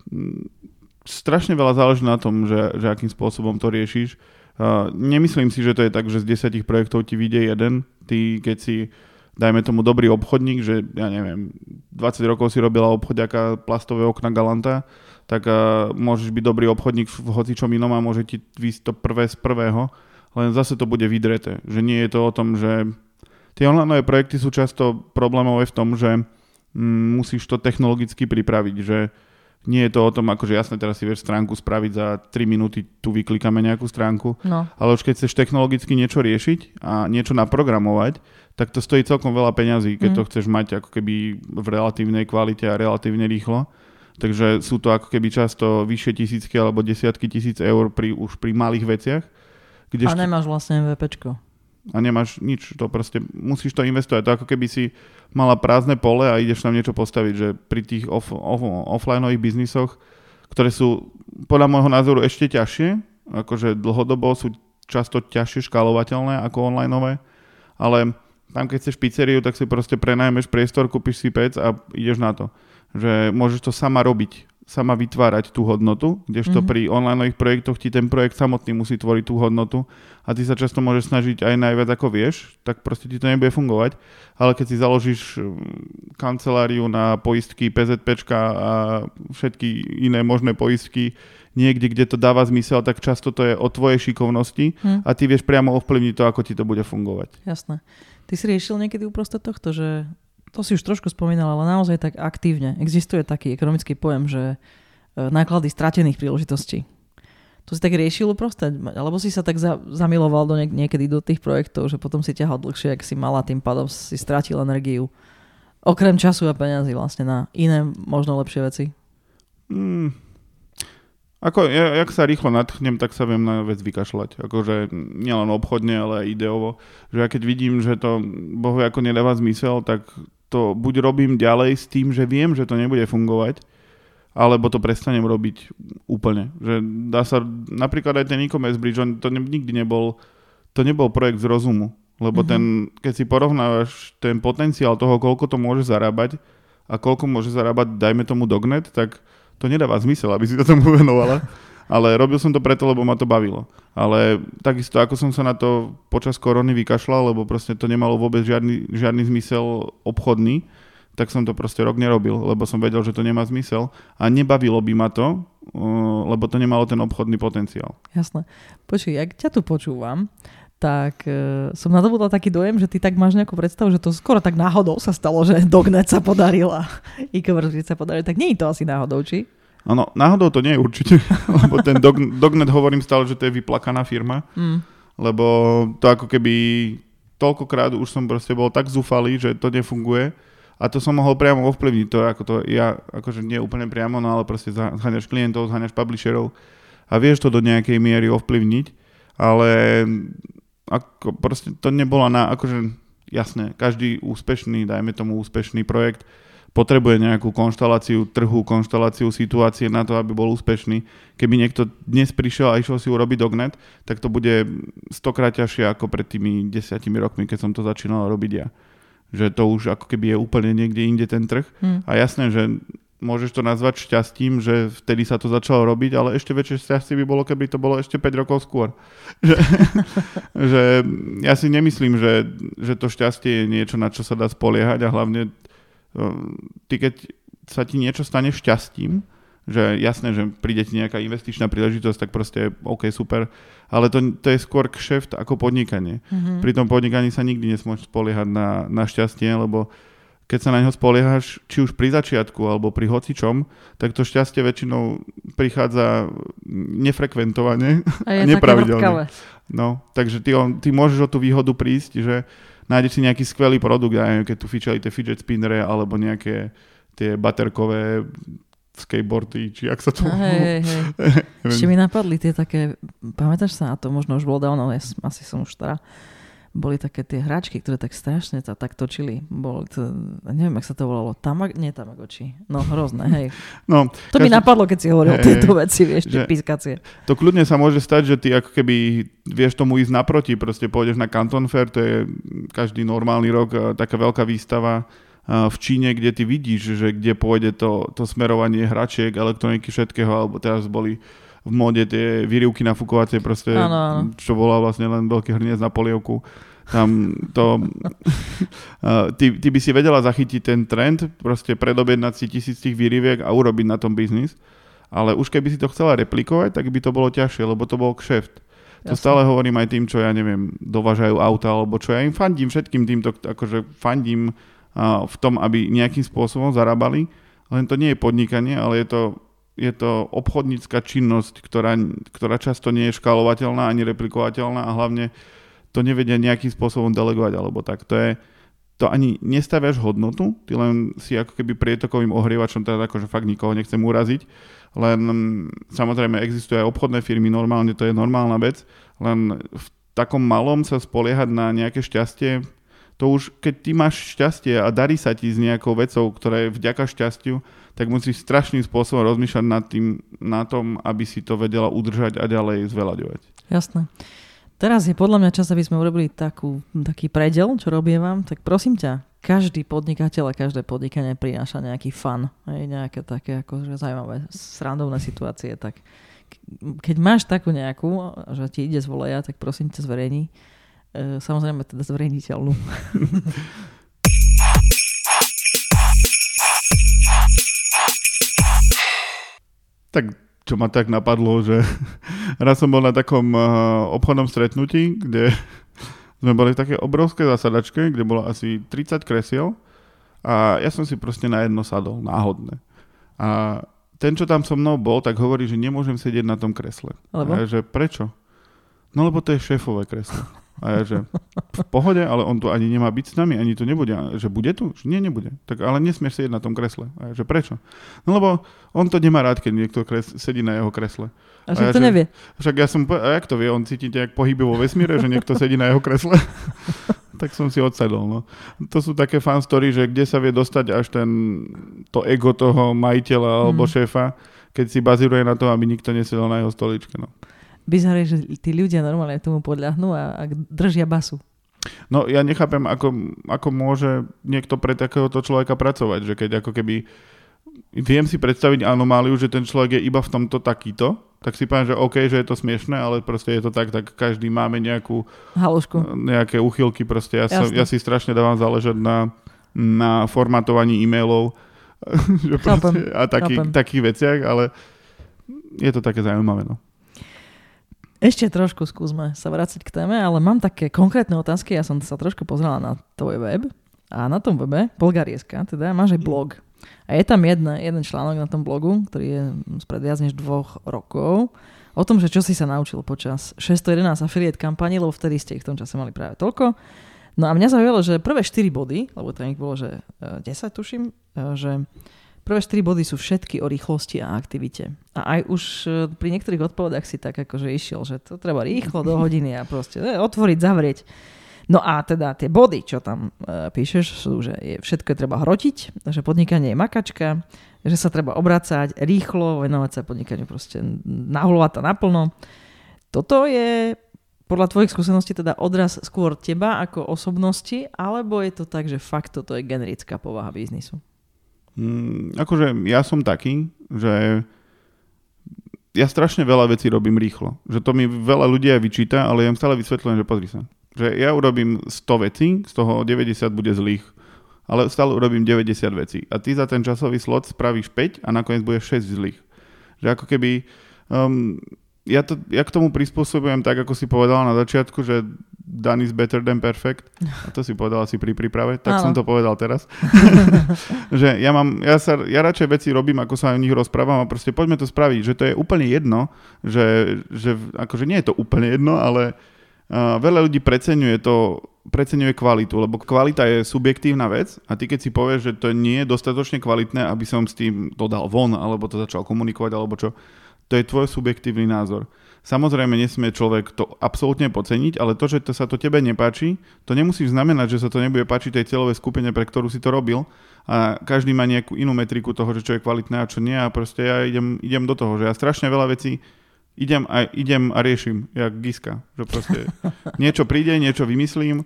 B: strašne veľa záleží na tom, že akým spôsobom to riešiš. Nemyslím si, že to je tak, že z 10 projektov ti vyjde jeden. Ty, keď si, dajme tomu, dobrý obchodník, že ja neviem, 20 rokov si robila obchodiaka plastové okna Galanta, tak môžeš byť dobrý obchodník v hocičom inom a môže ti výjsť to prvé z prvého, len zase to bude vydreté. Že nie je to o tom, že tie online projekty sú často problémové v tom, že musíš to technologicky pripraviť, že nie je to o tom, akože jasne teraz si vieš stránku spraviť za 3 minúty, tu vyklikáme nejakú stránku, ale už keď chceš technologicky niečo riešiť a niečo naprogramovať, tak to stojí celkom veľa peňazí, keď to chceš mať ako keby v relatívnej kvalite a relatívne rýchlo. Takže sú to ako keby často vyššie tisícky alebo desiatky tisíc eur už pri malých veciach.
A: A nemáš vlastne MVPčko.
B: A nemáš nič, to proste musíš to investovať. To ako keby si mala prázdne pole a ideš tam niečo postaviť, že pri tých offlineových biznisoch, ktoré sú podľa môjho názoru ešte ťažšie, akože dlhodobo sú často ťažšie škálovateľné ako onlineové, ale tam keď chceš pizzeriu, tak si proste prenajmeš priestor, kúpiš si pec a ideš na to. Že môžeš to sama robiť, sama vytvárať tú hodnotu, kdežto pri onlineových projektoch ti ten projekt samotný musí tvoriť tú hodnotu a ty sa často môžeš snažiť aj najviac ako vieš, tak proste ti to nebude fungovať, ale keď si založíš kanceláriu na poistky, PZPčka a všetky iné možné poistky niekde, kde to dáva zmysel, tak často to je o tvojej šikovnosti a ty vieš priamo ovplyvniť to, ako ti to bude fungovať.
A: Jasné. Ty si riešil niekedy uprostred tohto, že to si už trošku spomínal, ale naozaj tak aktívne. Existuje taký ekonomický pojem, že náklady stratených príležitostí. To si tak riešil uprostred? Alebo si sa tak zamiloval niekedy do tých projektov, že potom si ťahal dlhšie, ak si mala, tým pádom si stratil energiu. Okrem času a peňazí vlastne na iné, možno lepšie veci?
B: Jak sa rýchlo nadchnem, tak sa viem na vec vykašľať. Akože nielen obchodne, ale aj ideovo. Že ja keď vidím, že to bohu ako nedáva zmysel, tak to buď robím ďalej s tým, že viem, že to nebude fungovať, alebo to prestanem robiť úplne. Že dá sa, napríklad aj ten e-commerce bridge, to nikdy nebol projekt z rozumu. Lebo keď si porovnávaš ten potenciál toho, koľko to môže zarábať a koľko môže zarábať, dajme tomu Dognet, tak to nedáva zmysel, aby si to tomu venovala. Ale robil som to preto, lebo ma to bavilo. Ale takisto, ako som sa na to počas korony vykašľal, lebo proste to nemalo vôbec žiadny zmysel obchodný, tak som to proste rok nerobil, lebo som vedel, že to nemá zmysel a nebavilo by ma to, lebo to nemalo ten obchodný potenciál.
A: Jasné. Počuj, ak ťa tu počúvam, tak som nadobudla taký dojem, že ty tak máš nejakú predstavu, že to skoro tak náhodou sa stalo, že Dognet sa podaril a e-commerce sa podaril. Tak nie je to asi náhodou, či?
B: Áno, náhodou to nie je určite, lebo ten Dognet hovorím stále, že to je vyplakaná firma, lebo to ako keby toľkokrát už som proste bol tak zúfalý, že to nefunguje a to som mohol priamo ovplyvniť to, ako to ja, akože nie úplne priamo, no ale proste zháňaš klientov, zháňaš publisherov a vieš to do nejakej miery ovplyvniť, ale ako proste to nebolo akože jasné, každý úspešný, dajme tomu úspešný projekt potrebuje nejakú konšteláciu trhu, konšteláciu situácie na to, aby bol úspešný. Keby niekto dnes prišiel a išiel si urobiť Dognet, tak to bude 100-krát ťažšie ako pred tými 10 rokmi, keď som to začínal robiť ja. Že to už ako keby je úplne niekde inde ten trh. A jasné, že môžeš to nazvať šťastím, že vtedy sa to začalo robiť, ale ešte väčšie šťastie by bolo, keby to bolo ešte 5 rokov skôr. že ja si nemyslím, že to šťastie je niečo, na čo sa dá spoliehať a hlavne ty, keď sa ti niečo stane šťastím, že jasné, že príde ti nejaká investičná príležitosť, tak proste OK, super, ale to je skôr kšeft ako podnikanie. Pri tom podnikaní sa nikdy nesmôžeš spoliehať na šťastie, lebo keď sa na ňo spoliehaš, či už pri začiatku alebo pri hocičom, tak to šťastie väčšinou prichádza nefrekventovane a nepravidelne. No, takže ty môžeš o tú výhodu prísť, že nájdeš si nejaký skvelý produkt, keď tu fičali tie fidget spinnere alebo nejaké tie baterkové skateboardy, či jak sa to...
A: Hej. Ešte mi napadli tie také, pamätáš sa na to, možno už bolo dávno, asi som už stará, boli také tie hráčky, ktoré tak strašne tak točili. Neviem, jak sa to volalo. Tamagotchi. No, hrozné, hej.
B: No,
A: to mi napadlo, keď si hovoril tieto veci, vieš, tie pískacie.
B: To kľudne sa môže stať, že ty ako keby vieš tomu ísť naproti, proste pôjdeš na Canton Fair, to je každý normálny rok taká veľká výstava v Číne, kde ty vidíš, že kde pôjde to smerovanie hračiek, elektroniky, všetkého, alebo teraz boli v móde tie výrivky nafúkovacie proste,
A: áno.
B: Čo bola vlastne len veľký hrniec na polievku. Tam to... ty by si vedela zachytiť ten trend, proste predobjednať si 1000 tých výriviek a urobiť na tom biznis. Ale už keby si to chcela replikovať, tak by to bolo ťažšie, lebo to bol kšeft. To stále hovorím aj tým, čo ja neviem, dovážajú auta, alebo čo ja im fandím všetkým týmto, akože fandím v tom, aby nejakým spôsobom zarábali. Len to nie je podnikanie, ale je to obchodnícka činnosť, ktorá často nie je škálovateľná ani replikovateľná a hlavne to nevedia nejakým spôsobom delegovať, alebo tak. To ani nestaviaš hodnotu, ty len si ako keby prietokovým ohrievačom, teda akože fakt nikoho nechcem uraziť, len samozrejme existujú aj obchodné firmy, normálne to je normálna vec, len v takom malom sa spoliehať na nejaké šťastie, to už keď ty máš šťastie a darí sa ti s nejakou vecou, ktorá je vďaka šťastiu, tak musíš strašným spôsobom rozmýšľať na tom, aby si to vedela udržať a ďalej zveľaďovať.
A: Jasné. Teraz je podľa mňa čas, aby sme urobili taký predel, čo robievam, tak prosím ťa, každý podnikateľ a každé podnikanie prináša nejaký fun, nejaké také akože zaujímavé, srandovné situácie, tak keď máš takú nejakú, že ti ide z voleja, tak prosím ťa zverejni, samozrejme teda zverejniteľnú.
B: Tak čo ma tak napadlo, že raz som bol na takom obchodnom stretnutí, kde sme boli v takej obrovskej zasadačke, kde bolo asi 30 kresiel a ja som si proste na jedno sadol, náhodne. A ten, čo tam so mnou bol, tak hovorí, že nemôžem sedieť na tom kresle.
A: Lebo?
B: A ja, že prečo? No lebo to je šéfové kreslo. A ja, že v pohode, ale on tu ani nemá byť s nami, ani tu nebude. A že bude tu? Že nie, nebude. Tak ale nesmieš sedieť na tom kresle. A ja, že prečo? No lebo on to nemá rád, keď niekto sedí na jeho kresle.
A: A však to nevie.
B: Však ja som a jak to vie? On cíti jak pohyby vo vesmíre, že niekto sedí na jeho kresle? Tak som si odsadol. No. To sú také fan story, že kde sa vie dostať až to ego toho majiteľa alebo šéfa, keď si bazíruje na tom, aby nikto nesedel na jeho stoličke. No.
A: Bizarre, že tí ľudia normálne tomu podľahnú a držia basu.
B: No ja nechápem, ako môže niekto pre takéhoto človeka pracovať, že keď ako keby viem si predstaviť anomáliu, že ten človek je iba v tomto takýto, tak si poviem, že OK, že je to smiešné, ale proste je to tak každý máme nejakú
A: halušku,
B: nejaké uchylky, proste ja si strašne dávam záležať na formatovaní e-mailov a takých veciach, ale je to také zaujímavé, no.
A: Ešte trošku skúsme sa vrátiť k téme, ale mám také konkrétne otázky. Ja som sa trošku pozrela na tvoj web a na tom webe, Polgarie.sk, teda máš aj blog. A je tam jeden článok na tom blogu, ktorý je spred viac než 2 rokov, o tom, že čo si sa naučil počas 611 affiliate kampaní, lebo vtedy ste ich v tom čase mali práve toľko. No a mňa zaujalo, že prvé 4 body, lebo tam ich bolo, že 10 tuším, že prvé 4 body sú všetky o rýchlosti a aktivite. A aj už pri niektorých odpovediach si tak akože išiel, že to treba rýchlo do hodiny a proste otvoriť, zavrieť. No a teda tie body, čo tam píšeš, sú, že všetko je treba hrotiť, že podnikanie je makačka, že sa treba obracať rýchlo, venovať sa podnikaniu proste nahulovať to naplno. Toto je podľa tvojich skúseností teda odraz skôr teba ako osobnosti, alebo je to tak, že fakt toto je generická povaha biznisu?
B: Akože ja som taký, že ja strašne veľa vecí robím rýchlo. Že to mi veľa ľudí aj vyčíta, ale ja im stále vysvetľujem, že pozri sa. Že ja urobím 100 vecí, z toho 90 bude zlých, ale stále urobím 90 vecí. A ty za ten časový slot spravíš 5 a nakoniec bude 6 zlých. Že ako keby... Ja k tomu prispôsobujem tak, ako si povedala na začiatku, že done is better than perfect. A to si povedala asi pri príprave, tak som to povedal teraz. Že ja radšej veci robím, ako sa o nich rozprávam a proste poďme to spraviť, že to je úplne jedno, že akože nie je to úplne jedno, ale veľa ľudí preceňuje kvalitu, lebo kvalita je subjektívna vec a ty keď si povieš, že to nie je dostatočne kvalitné, aby som s tým to dal von, alebo to začal komunikovať, alebo čo, to je tvoj subjektívny názor. Samozrejme nesmie človek to absolútne podceniť, ale to, že sa to tebe nepáči, to nemusí znamenať, že sa to nebude páčiť tej cieľovej skupine, pre ktorú si to robil a každý má nejakú inú metriku toho, že čo je kvalitné a čo nie a proste ja idem do toho, že ja strašne veľa vecí idem a riešim, jak Giska. Že proste niečo príde, niečo vymyslím,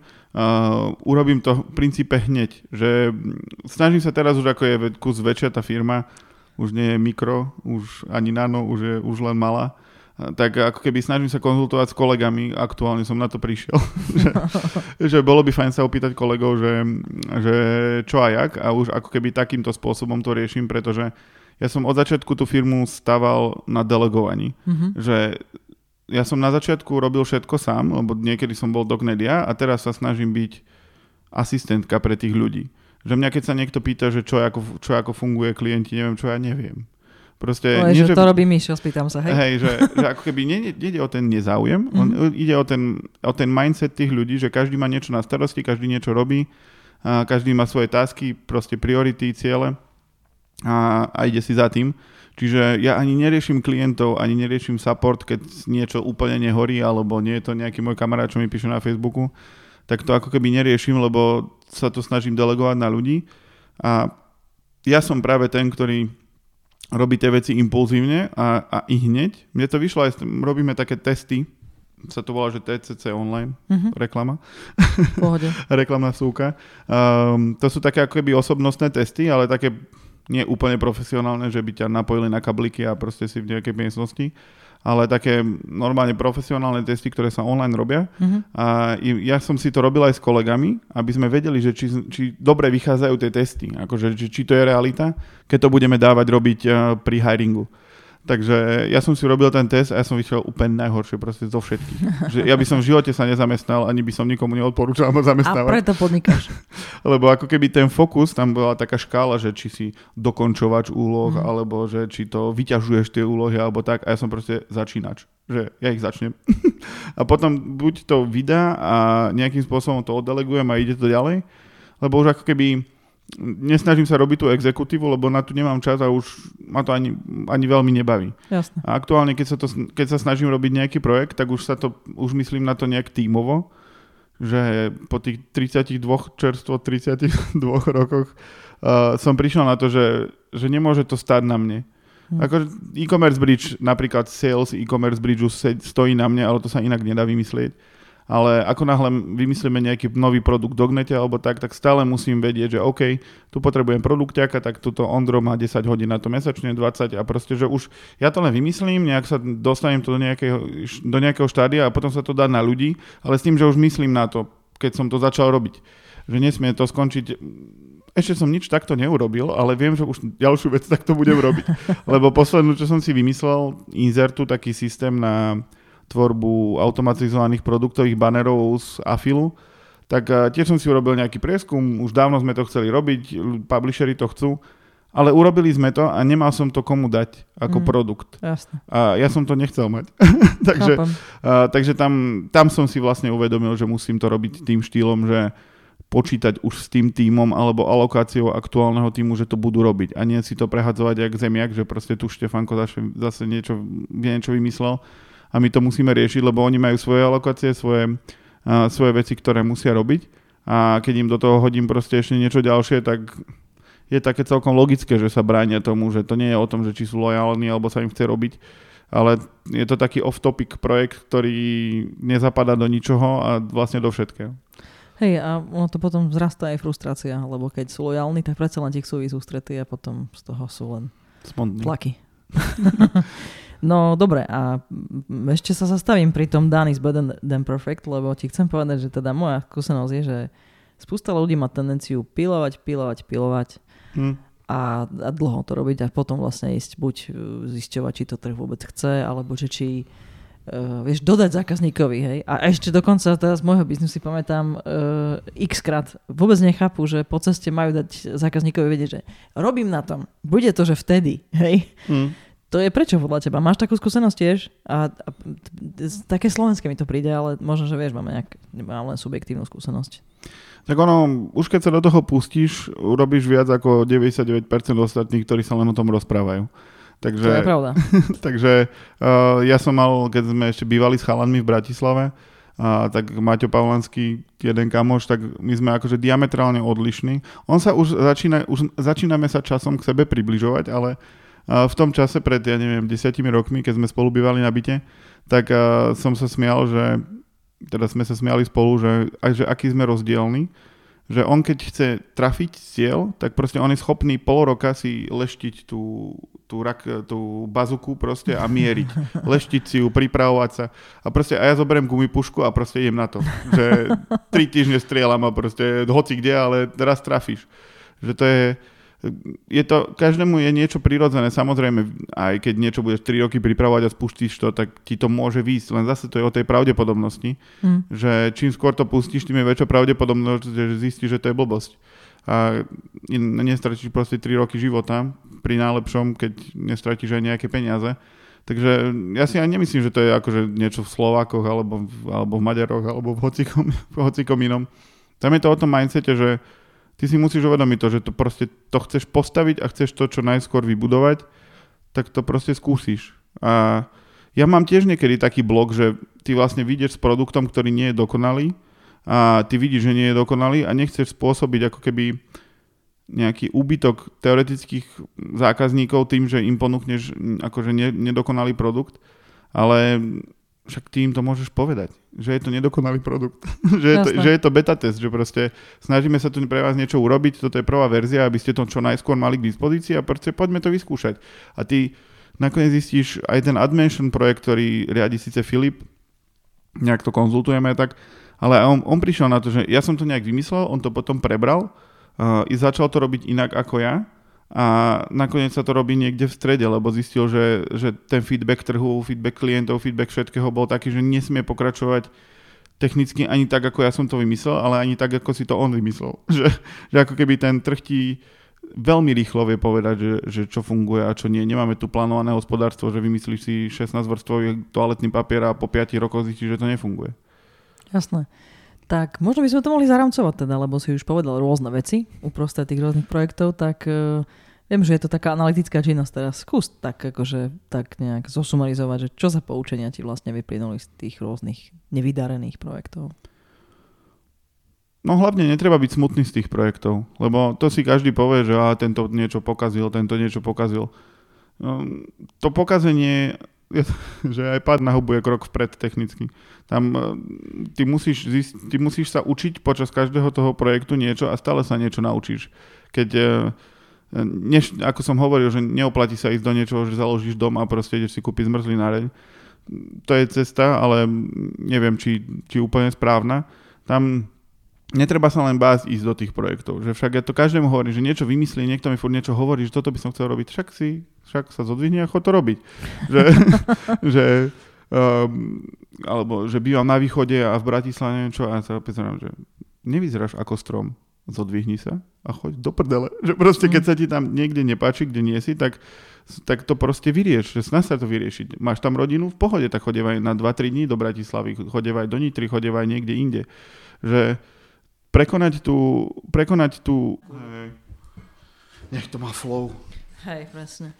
B: urobím to v princípe hneď. Že snažím sa teraz už, ako je kus väčšia tá firma, už nie je mikro, už ani nano, už je už len malá, tak ako keby snažím sa konzultovať s kolegami, aktuálne som na to prišiel, že bolo by fajn sa opýtať kolegov, že čo a jak, a už ako keby takýmto spôsobom to riešim, pretože ja som od začiatku tú firmu staval na delegovaní. Že ja som na začiatku robil všetko sám, lebo niekedy som bol dokned ja a teraz sa snažím byť asistentka pre tých ľudí. Že mňa keď sa niekto pýta, že čo ako funguje klienti, neviem čo, ja neviem. Proste,
A: že to robí Mišo, spýtam sa, hej?
B: Hej, že ako keby nejde o ten nezáujem, ide o ten mindset tých ľudí, že každý má niečo na starosti, každý niečo robí, a každý má svoje tasky, proste priority, ciele. A ide si za tým. Čiže ja ani neriešim klientov, ani neriešim support, keď niečo úplne nehorí, alebo nie je to nejaký môj kamarát, čo mi píše na Facebooku, tak to ako keby neriešim, lebo sa to snažím delegovať na ľudí. A ja som práve ten, ktorý robí tie veci impulzívne a i hneď. Mne to vyšlo aj, robíme také testy, sa to volá, že TCC online, reklama.
A: Pohode.
B: Reklamná vsúka. To sú také ako keby osobnostné testy, ale také nie úplne profesionálne, že by ťa napojili na kabliky a proste si v nejakej miestnosti, ale také normálne profesionálne testy, ktoré sa online robia. A ja som si to robil aj s kolegami, aby sme vedeli, že či dobre vychádzajú tie testy, akože či to je realita, keď to budeme dávať robiť pri hiringu. Takže ja som si robil ten test a ja som vyšiel úplne najhoršie proste zo všetkých. Že ja by som v živote sa nezamestnal, ani by som nikomu neodporúčal ma zamestnávať.
A: A preto podnikáš.
B: Lebo ako keby ten fokus, tam bola taká škála, že či si dokončovač úloh, alebo že či to vyťažuješ tie úlohy, alebo tak. A ja som proste začínač. Že ja ich začnem. A potom buď to vydá a nejakým spôsobom to oddelegujem a ide to ďalej. Lebo už ako keby nesnažím sa robiť tú exekutívu, lebo na to nemám čas a už ma to ani veľmi nebaví.
A: Jasne.
B: A aktuálne, keď sa snažím robiť nejaký projekt, tak už myslím na to nejak tímovo, že po tých 32 rokoch som prišiel na to, že nemôže to stáť na mne. Ako e-commerce bridge, napríklad sales e-commerce bridge už stojí na mne, ale to sa inak nedá vymyslieť. Ale ako náhle vymyslíme nejaký nový produkt do Gnete alebo tak stále musím vedieť, že OK, tu potrebujem produkťaka, tak tuto Ondro má 10 hodín na to mesačne, 20 a proste, že už ja to len vymyslím, nejak sa dostanem to do nejakého štádia a potom sa to dá na ľudí, ale s tým, že už myslím na to, keď som to začal robiť. Že nesmie to skončiť. Ešte som nič takto neurobil, ale viem, že už ďalšiu vec takto budem robiť. Lebo poslednú, čo som si vymyslel, Inzertu, taký systém na tvorbu automatizovaných produktových banerov z Afilu, tak tiež som si urobil nejaký prieskum, už dávno sme to chceli robiť, publisheri to chcú, ale urobili sme to a nemal som to komu dať ako produkt.
A: Jasne.
B: A ja som to nechcel mať. takže tam som si vlastne uvedomil, že musím to robiť tým štýlom, že počítať už s tým tímom alebo alokáciou aktuálneho tímu, že to budú robiť. A nie si to prehadzovať jak zemiak, že proste tu Štefanko zase niečo vymyslel. A my to musíme riešiť, lebo oni majú svoje alokácie, svoje veci, ktoré musia robiť. A keď im do toho hodím proste ešte niečo ďalšie, tak je také celkom logické, že sa bránia tomu, že to nie je o tom, že či sú lojálni, alebo sa im chce robiť. Ale je to taký off-topic projekt, ktorý nezapadá do ničoho a vlastne do všetkého.
A: Hej, a ono to potom vzrastá aj frustrácia, lebo keď sú lojálni, tak predsa len ti chcú ísť ústrety a potom z toho sú len tlaky. No dobre, a ešte sa zastavím pri tom done is better than perfect, lebo ti chcem povedať, že teda moja skúsenosť je, že spústa ľudí má tendenciu pilovať a dlho to robiť a potom vlastne ísť buď zisťovať, či to trh vôbec chce, alebo že či vieš dodať zákazníkovi, hej. A ešte dokonca teraz z môjho biznesu si pamätám x-krát vôbec nechápu, že po ceste majú dať zákazníkovi vedieť, že robím na tom, bude to, že vtedy, hej. To je prečo podľa teba? Máš takú skúsenosť tiež? A také slovenské mi to príde, ale možno, že vieš, mám len subjektívnu skúsenosť.
B: Tak ono, už keď sa do toho pustíš, urobíš viac ako 99% ostatných, ktorí sa len o tom rozprávajú. Takže,
A: to je pravda.
B: Takže ja som mal, keď sme ešte bývali s chalanmi v Bratislave, tak Maťo Pavlanský, jeden kamoš, tak my sme akože diametrálne odlišní. Začíname sa časom k sebe približovať, ale v tom čase pred, 10 rokmi, keď sme spolu bývali na byte, tak som sa smial, teda sme sa smiali spolu, že aký sme rozdielni, že on keď chce trafiť cieľ, tak proste on je schopný pol roka si leštiť tú bazuku proste a mieriť. Leštiť si ju, pripravovať sa. A proste a ja zoberiem gumipušku a proste idem na to. Že 3 týždne strieľam a proste hoci kde, ale teraz trafíš. Že to je to, každému je niečo prirodzené. Samozrejme, aj keď niečo budeš 3 roky pripravovať a spustíš to, tak ti to môže výjsť. Len zase to je o tej pravdepodobnosti. Že čím skôr to pustíš, tým je väčšia pravdepodobnosť, že zistíš, že to je blbosť. A nestratíš proste 3 roky života, pri najlepšom, keď nestratíš aj nejaké peniaze. Takže ja si aj nemyslím, že to je akože niečo v Slovákoch, alebo v Maďaroch, alebo v hocikom inom. Tam je to o tom mindsete, že ty si musíš uvedomiť to, že to proste to chceš postaviť a chceš to čo najskôr vybudovať, tak to proste skúsiš. A ja mám tiež niekedy taký blok, že ty vlastne vyjdeš s produktom, ktorý nie je dokonalý a ty vidíš, že nie je dokonalý a nechceš spôsobiť ako keby nejaký úbytok teoretických zákazníkov tým, že im ponúkneš akože nedokonalý produkt, ale však ty im to môžeš povedať, že je to nedokonalý produkt, že je to beta test, že proste snažíme sa tu pre vás niečo urobiť, toto je prvá verzia, aby ste to čo najskôr mali k dispozícii a proste poďme to vyskúšať. A ty nakoniec zistíš aj ten Admention projekt, ktorý riadi síce Filip, nejak to konzultujeme tak, ale on prišiel na to, že ja som to nejak vymyslel, on to potom prebral i začal to robiť inak ako ja. A nakoniec sa to robí niekde v strede, lebo zistil, že ten feedback trhu, feedback klientov, feedback všetkého bol taký, že nesmie pokračovať technicky ani tak, ako ja som to vymyslel, ale ani tak, ako si to on vymyslel. Že ako keby ten trh ti veľmi rýchlo vie povedať, že čo funguje a čo nie. Nemáme tu plánované hospodárstvo, že vymyslíš si 16-vrstvový toaletný papier a po 5 rokoch zistíš, že to nefunguje.
A: Jasné. Tak možno by sme to mohli zaramcovať teda, lebo si už povedal rôzne veci uprostred tých rôznych projektov, tak viem, že je to taká analytická činnosť teraz. Skús tak nejak zosumarizovať, že čo za poučenia ti vlastne vyplynuli z tých rôznych nevydarených projektov.
B: No hlavne netreba byť smutný z tých projektov, lebo to si každý povie, že tento niečo pokazil. To pokazenie, že aj pád na hubu je krok vpred technicky. Tam ty musíš sa učiť počas každého toho projektu niečo a stále sa niečo naučíš. Keď, ako som hovoril, že neoplatí sa ísť do niečoho, že založíš dom a proste ideš si kúpiť zmrzlináreň. To je cesta, ale neviem, či úplne správna. Tam netreba sa len básť ísť do tých projektov. Že však ja to každému hovorím, že niečo vymyslí, niekto mi furt niečo hovorí, že toto by som chcel robiť. Však sa zodvihni a chod to robiť. Alebo že bývam na východe a v Bratislave neviem čo a sa opýtam, že nevyzeráš ako strom, zodvihni sa a choď do prdele. Že proste keď sa ti tam niekde nepáči, kde nie si, tak to proste vyrieš, že snaž sa to vyriešiť. Máš tam rodinu v pohode, tak chodievaj na 2-3 dní do Bratislavy, chodievaj do Nitry, chodievaj niekde inde. Že prekonať tú nech to má flow.
A: Hej, presne.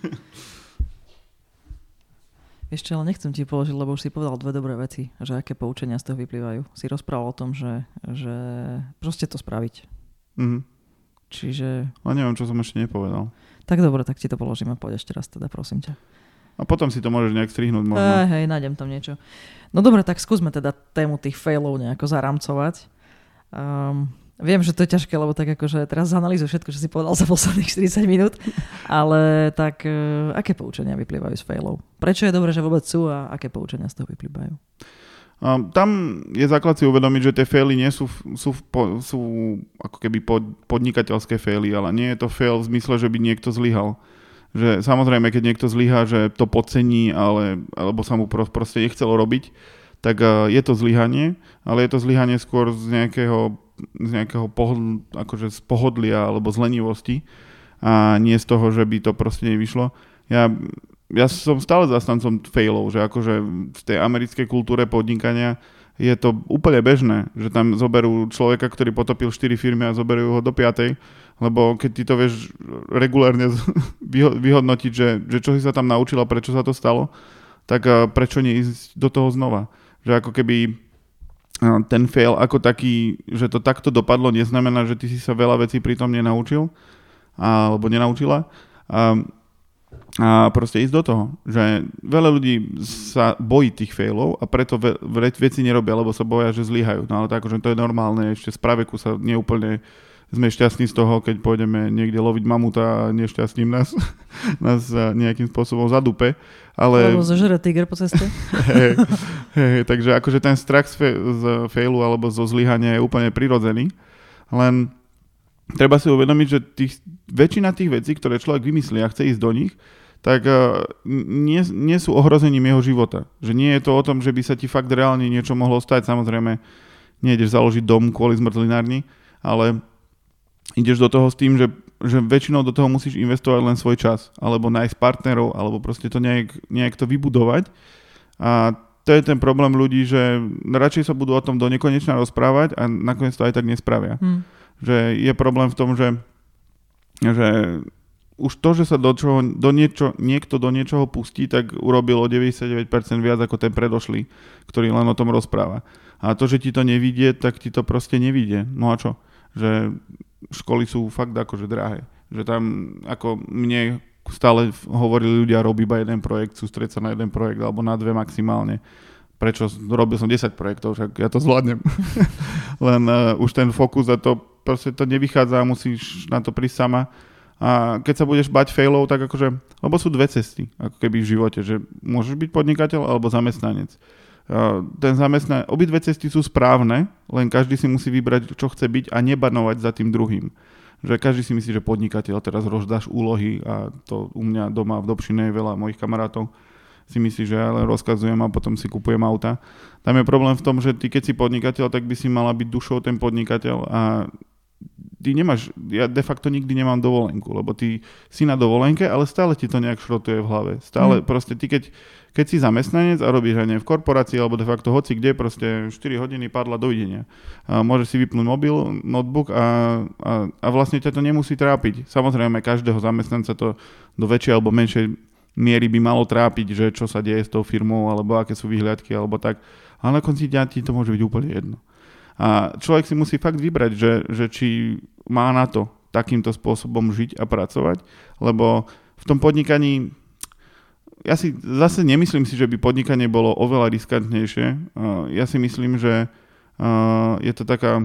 A: Ešte ale nechcem ti položiť, lebo už si povedal 2 dobré veci, že aké poučenia z toho vyplývajú. Si rozprával o tom, že proste to spraviť.
B: Mhm.
A: Čiže...
B: A neviem, čo som ešte nepovedal.
A: Tak dobre, tak ti to položím a poď ešte raz teda, prosím ťa.
B: A potom si to môžeš nejak strihnúť možno.
A: Hej, nájdem tam niečo. No dobre, tak skúsme teda tému tých failov nejako zaramcovať. Viem, že to je ťažké, lebo tak akože teraz zanalýzuj všetko, čo si povedal za posledných 40 minút, ale tak aké poučenia vyplývajú z failov? Prečo je dobré, že vôbec sú a aké poučenia z toho vyplývajú?
B: Tam je základ si uvedomiť, že tie faily nie sú ako keby podnikateľské faily, ale nie je to fail v zmysle, že by niekto zlyhal. Že samozrejme, keď niekto zlyhá, že to podcení, alebo sa mu proste nechcelo robiť, tak je to zlyhanie, ale je to zlyhanie skôr z nejakého akože z pohodlia alebo z lenivosti a nie z toho, že by to proste nevyšlo. Ja som stále zastancom failov, že akože v tej americkej kultúre podnikania je to úplne bežné, že tam zoberú človeka, ktorý potopil 4 firmy a zoberú ho do 5, lebo keď ty to vieš regulárne vyhodnotiť, že čo si sa tam naučil a prečo sa to stalo, tak prečo nie ísť do toho znova. Že ako keby ten fail ako taký, že to takto dopadlo, neznamená, že ty si sa veľa vecí pri tom nenaučil alebo nenaučila. A proste ísť do toho, že veľa ľudí sa bojí tých failov a preto veci nerobia, lebo sa boja, že zlyhajú. No ale tak, že to je normálne, ešte z praveku sa neúplne sme šťastní z toho, keď pôjdeme niekde loviť mamuta a nešťastním nás nejakým spôsobom zadupe.
A: Alebo zožere tiger po ceste.
B: Takže akože ten strach z failu alebo zo zlyhania je úplne prirodzený. Len treba si uvedomiť, že väčšina tých vecí, ktoré človek vymyslí a chce ísť do nich, tak nie sú ohrozením jeho života. Že nie je to o tom, že by sa ti fakt reálne niečo mohlo stať. Samozrejme, nejdeš založiť dom kvôli zmrzlinárni, ale ideš do toho s tým, že väčšinou do toho musíš investovať len svoj čas, alebo nájsť partnerov, alebo proste to nejak to vybudovať. A to je ten problém ľudí, že radšej sa budú o tom do nekonečna rozprávať a nakoniec to aj tak nespravia. Že je problém v tom, že už to, že sa niekto do niečoho pustí, tak urobil o 99% viac ako ten predošlý, ktorý len o tom rozpráva. A to, že ti to nevidie, tak ti to proste nevidie. No a čo? Že školy sú fakt akože drahé. Že tam, ako mne stále hovorili ľudia, robí iba jeden projekt, sústreť sa na jeden projekt, alebo na 2 maximálne. Prečo? Robil som 10 projektov, však ja to zvládnem. Len už ten fokus a to proste to nevychádza a musíš na to prísť sama. A keď sa budeš bať failov, tak akože, lebo sú 2 cesty, ako keby v živote, že môžeš byť podnikateľ alebo zamestnanec. Obidve cesty sú správne, len každý si musí vybrať, čo chce byť a nebanovať za tým druhým. Že každý si myslí, že podnikateľ, teraz rozdáš úlohy a to u mňa doma v Dobšine je veľa mojich kamarátov, si myslí, že ja len rozkazujem a potom si kupujem auta. Tam je problém v tom, že ty keď si podnikateľ, tak by si mala byť dušou ten podnikateľ a ja de facto nikdy nemám dovolenku, lebo ty si na dovolenke, ale stále ti to nejak šrotuje v hlave. Stále proste ty keď si zamestnanec a robíš aj v korporácii alebo de facto hoci kde, proste 4 hodiny padla dovidenia. Môžeš si vypnúť mobil, notebook a vlastne ťa to nemusí trápiť. Samozrejme, každého zamestnanca to do väčšej alebo menšej miery by malo trápiť, že čo sa deje s tou firmou alebo aké sú výhľadky alebo tak. Ale na konci dňa ti to môže byť úplne jedno. A človek si musí fakt vybrať, že či má na to takýmto spôsobom žiť a pracovať, lebo v tom podnikaní ja si zase nemyslím si, že by podnikanie bolo oveľa riskantnejšie. Ja si myslím, že je to taká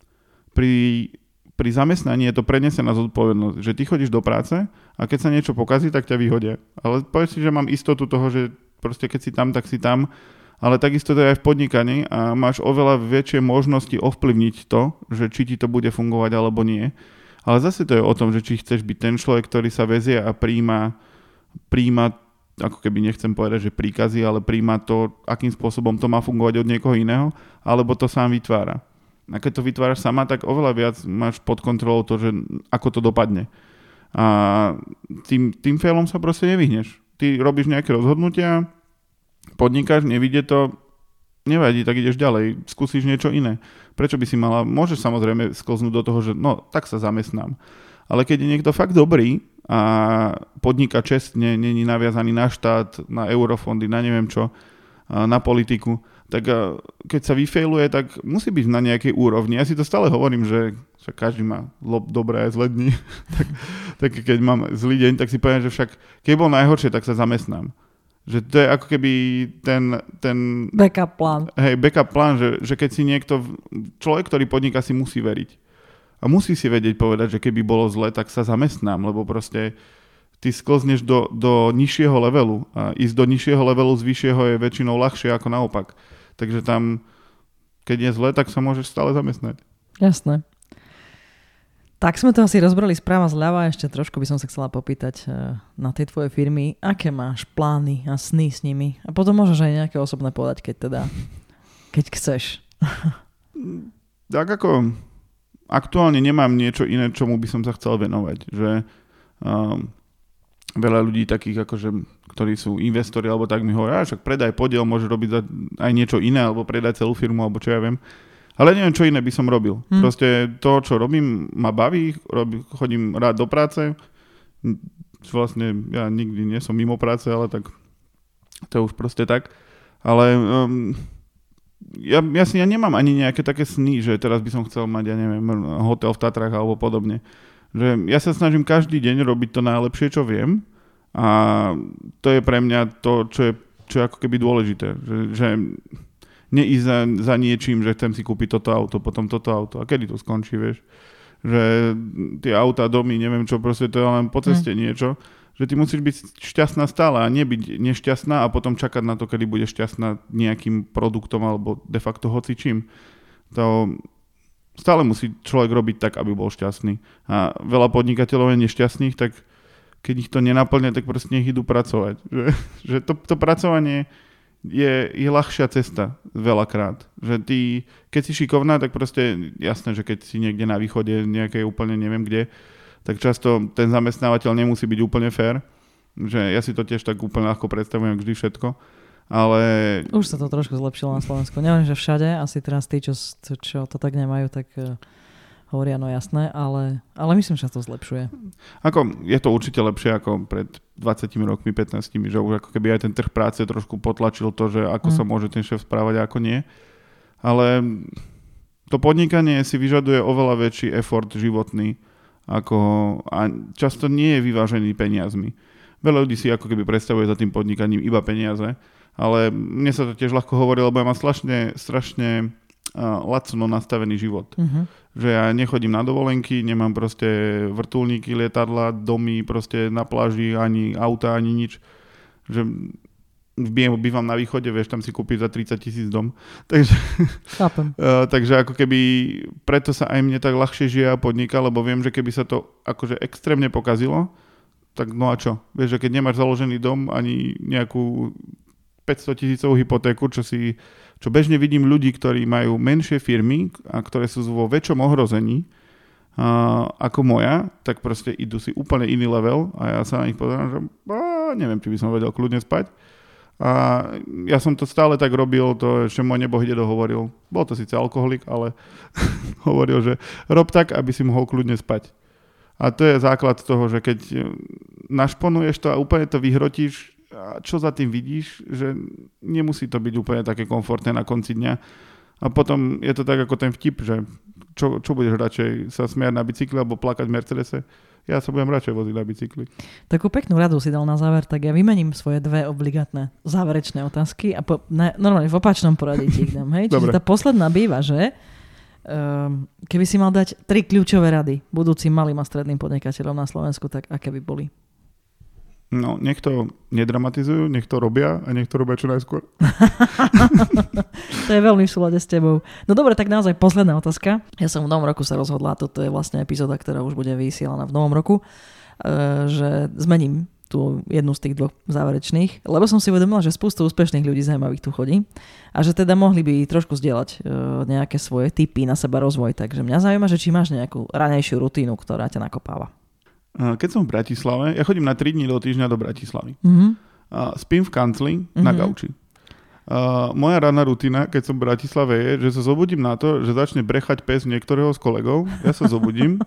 B: pri zamestnaní je to prenesená zodpovednosť, že ty chodíš do práce a keď sa niečo pokazí, tak ťa vyhodia. Ale povedz si, že mám istotu toho, že proste keď si tam, tak si tam. Ale takisto to je aj v podnikaní a máš oveľa väčšie možnosti ovplyvniť to, že či ti to bude fungovať alebo nie. Ale zase to je o tom, že či chceš byť ten človek, ktorý sa vezie a príjma, ako keby nechcem povedať, že príkazy, ale príjma to, akým spôsobom to má fungovať od niekoho iného, alebo to sám vytvára. A keď to vytváraš sama, tak oveľa viac máš pod kontrolou to, že ako to dopadne. A tým failom sa proste nevyhneš. Ty robíš nejaké rozhodnutia, podnikáš, nevidie to, nevadí, tak ideš ďalej, skúsiš niečo iné. Prečo by si mala, môžeš samozrejme sklznúť do toho, že no, tak sa zamestnám. Ale keď je niekto fakt dobrý a podniká čestne, není naviazaný na štát, na eurofondy, na neviem čo, na politiku, tak keď sa vyfailuje, tak musí byť na nejakej úrovni. Ja si to stále hovorím, že každý má dobré aj zlé dni. tak keď mám zlý deň, tak si poviem, že však keď bol najhoršie, tak sa zamestnám. Že to je ako keby ten
A: backup plán.
B: Hej, backup plán, že keď si človek, ktorý podniká, si musí veriť. A musí si vedieť povedať, že keby bolo zle, tak sa zamestnám, lebo proste ty sklzneš do nižšieho levelu a ísť do nižšieho levelu z vyššieho je väčšinou ľahšie ako naopak. Takže tam, keď je zle, tak sa môžeš stále zamestnať.
A: Jasné. Tak sme to asi rozbrali správa zľava, ešte trošku by som sa chcela popýtať na tie tvoje firmy, aké máš plány a sny s nimi a potom môžeš aj nejaké osobné povedať, keď chceš.
B: Tak ako aktuálne nemám niečo iné, čomu by som sa chcel venovať, že veľa ľudí takých akože, ktorí sú investori alebo tak mi hovoria, však predaj podiel, môže robiť aj niečo iné alebo predaj celú firmu alebo čo ja viem. Ale neviem, čo iné by som robil. Proste to, čo robím, ma baví, chodím rád do práce. Vlastne ja nikdy nie som mimo práce, ale tak to je už proste tak. Ale ja nemám ani nejaké také sny, že teraz by som chcel mať, ja neviem, hotel v Tatrách alebo podobne. Že ja sa snažím každý deň robiť to najlepšie, čo viem A to je pre mňa to, čo je ako keby dôležité. Že neísť za niečím, že chcem si kúpiť toto auto, potom toto auto. A kedy to skončí, vieš? Že tie autá, domy, neviem čo, proste to je len po ceste niečo. Že ty musíš byť šťastná stále a nebyť nešťastná a potom čakať na to, kedy budeš šťastná nejakým produktom alebo de facto hocičím. To stále musí človek robiť tak, aby bol šťastný. A veľa podnikateľov je nešťastných, tak keď ich to nenaplňa, tak proste nech idú pracovať. Že to pracovanie je ľahšia cesta veľakrát. Že ty, keď si šikovná, tak proste jasné, že keď si niekde na východe, nejakej úplne neviem kde, tak často ten zamestnávateľ nemusí byť úplne fair. Že ja si to tiež tak úplne ľahko predstavujem vždy všetko. Ale...
A: Už sa to trošku zlepšilo na Slovensku. Neviem, že všade, asi teraz tí, čo to tak nemajú, tak hovoria, no jasné, ale myslím, že sa to zlepšuje.
B: Ako, je to určite lepšie ako pred 20 rokmi, 15, že už ako keby aj ten trh práce trošku potlačil to, že ako sa môže ten šéf správať a ako nie. Ale to podnikanie si vyžaduje oveľa väčší effort životný a často nie je vyvážený peniazmi. Veľa ľudí si ako keby predstavuje za tým podnikaním iba peniaze, ale mne sa to tiež ľahko hovorí, lebo ja mám strašne lacno nastavený život. Že ja nechodím na dovolenky, nemám proste vrtuľníky, lietadla, domy proste na pláži, ani auta, ani nič. Že bývam na východe, vieš, tam si kúpiť za 30 000 dom. Takže, takže ako keby preto sa aj mne tak ľahšie žije a podniká, lebo viem, že keby sa to akože extrémne pokazilo, tak no a čo? Vieš, že keď nemáš založený dom ani nejakú 500 000 hypotéku, čo bežne vidím ľudí, ktorí majú menšie firmy a ktoré sú vo väčšom ohrození ako moja, tak proste idú si úplne iný level a ja sa na nich pozerám, že neviem, či by som vedel kľudne spať. A ja som to stále tak robil, to ešte môj neboh dedo hovoril. Bol to síce alkoholik, ale hovoril, že rob tak, aby si mohol kľudne spať. A to je základ toho, že keď našponuješ to a úplne to vyhrotíš, a čo za tým vidíš, že nemusí to byť úplne také komfortné na konci dňa. A potom je to tak ako ten vtip, že čo budeš radšej sa smiať na bicykli alebo plakať v Mercedese? Ja sa budem radšej voziť na bicykli.
A: Takú peknú radu si dal na záver, tak ja vymením svoje dve obligátne záverečné otázky a normálne v opačnom poradí ti ich dám. Hej? Čiže tá posledná býva, že keby si mal dať 3 kľúčové rady budúcim malým a stredným podnikateľom na Slovensku, tak aké by boli?
B: No, nech to nedramatizujú, nech to robia a nech to robia čo najskôr. To je veľmi v súlade s tebou. No dobre, tak naozaj posledná otázka. Ja som v novom roku sa rozhodla, toto je vlastne epizóda, ktorá už bude vysielaná v novom roku, že zmením tú jednu z tých dvoch záverečných, lebo som si uvedomila, že spústu úspešných ľudí zaujímavých tu chodí a že teda mohli by trošku zdieľať nejaké svoje tipy na seba rozvoj. Takže mňa zaujíma, že či máš nejakú ranejšiu rutínu, ktorá ťa nakopáva. Keď som v Bratislave, ja chodím na 3 dní do týždňa do Bratislavy. Spím v kancli na gauči. Moja ranná rutina, keď som v Bratislave je, že sa zobudím na to, že začne brechať pes niektorého z kolegov. Ja sa zobudím,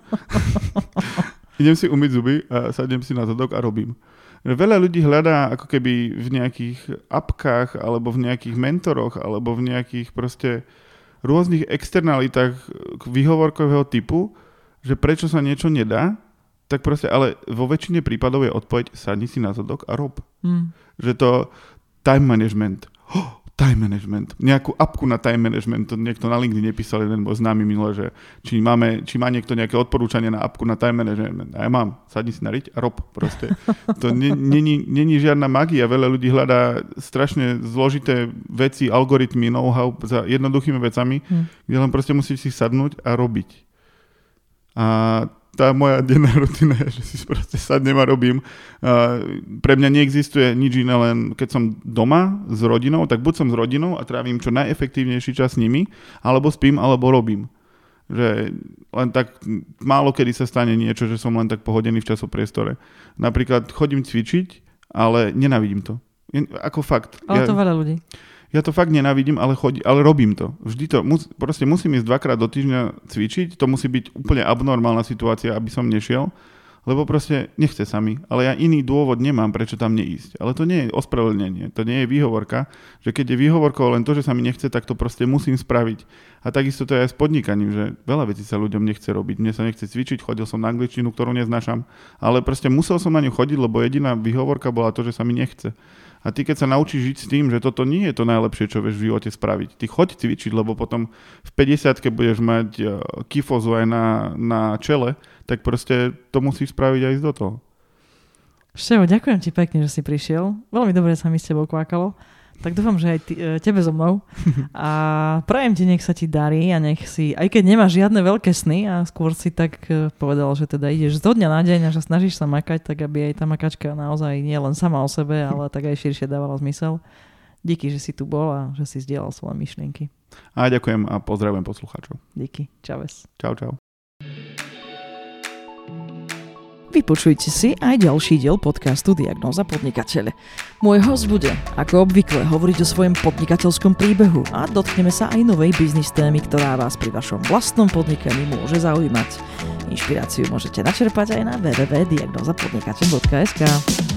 B: idem si umyť zuby a sadnem si na zadok a robím. Veľa ľudí hľadá ako keby v nejakých apkách alebo v nejakých mentoroch alebo v nejakých proste rôznych externalitách výhovorkového typu, že prečo sa niečo nedá, tak proste, ale vo väčšine prípadov je odpoveď, sadni si na zadok a rob. Že to time management. Time management. Nejakú apku na time management. To niekto na LinkedIn nepísal, jeden bol známy minule, že či má niekto nejaké odporúčanie na apku na time management. A ja mám. Sadni si na riť a rob proste. To není žiadna magia. Veľa ľudí hľadá strašne zložité veci, algoritmy, know-how za jednoduchými vecami, kde len proste musíš si sadnúť a robiť. A tá moja denná rutina je, že si proste sadnem a robím. Pre mňa neexistuje nič iné, len keď som doma s rodinou, tak buď som s rodinou a trávim čo najefektívnejší čas s nimi, alebo spím, alebo robím. Že len tak málo kedy sa stane niečo, že som len tak pohodený v časopriestore. Napríklad chodím cvičiť, ale nenávidím to. Ako fakt.
A: Ale to veľa ľudí.
B: Ja to fakt nenávidím, ale robím to. Vždy to, proste musím ísť 2-krát do týždňa cvičiť, to musí byť úplne abnormálna situácia, aby som nešiel, lebo proste nechce sa mi, ale ja iný dôvod nemám, prečo tam neísť. Ale to nie je ospravedlnenie, to nie je výhovorka, že keď je výhovorkou len to, že sa mi nechce, tak to proste musím spraviť. A takisto to je aj s podnikaním, že veľa vecí sa ľuďom nechce robiť. Mne sa nechce cvičiť, chodil som na angličtinu, ktorú neznášam, ale proste musel som na ňu chodiť, lebo jediná výhovorka bola to, že sa mi nechce. A ty, keď sa naučíš žiť s tým, že toto nie je to najlepšie, čo vieš v živote spraviť, ty choď cvičiť, lebo potom v 50-ke budeš mať kyfozu aj na čele, tak proste to musíš spraviť aj do toho.
A: Števo, ďakujem ti pekne, že si prišiel. Veľmi dobre sa mi s tebou kvákalo. Tak dúfam, že aj tebe so mnou. A prajem ti, nech sa ti darí a nech si, aj keď nemáš žiadne veľké sny a skôr si tak povedal, že teda ideš zo dňa na deň a že snažíš sa makať, tak aby aj tá makačka naozaj nie len sama o sebe, ale tak aj širšie dávala zmysel. Díky, že si tu bol a že si zdieľal svoje myšlienky.
B: A ďakujem a pozdravujem poslucháčov.
A: Díky. Čaves.
B: Čau, čau.
A: Vypočujte si aj ďalší diel podcastu Diagnóza podnikateľa. Môj host bude, ako obvykle, hovoriť o svojom podnikateľskom príbehu a dotkneme sa aj novej biznis témy, ktorá vás pri vašom vlastnom podnikaní môže zaujímať. Inšpiráciu môžete načerpať aj na www.diagnozapodnikateľ.sk.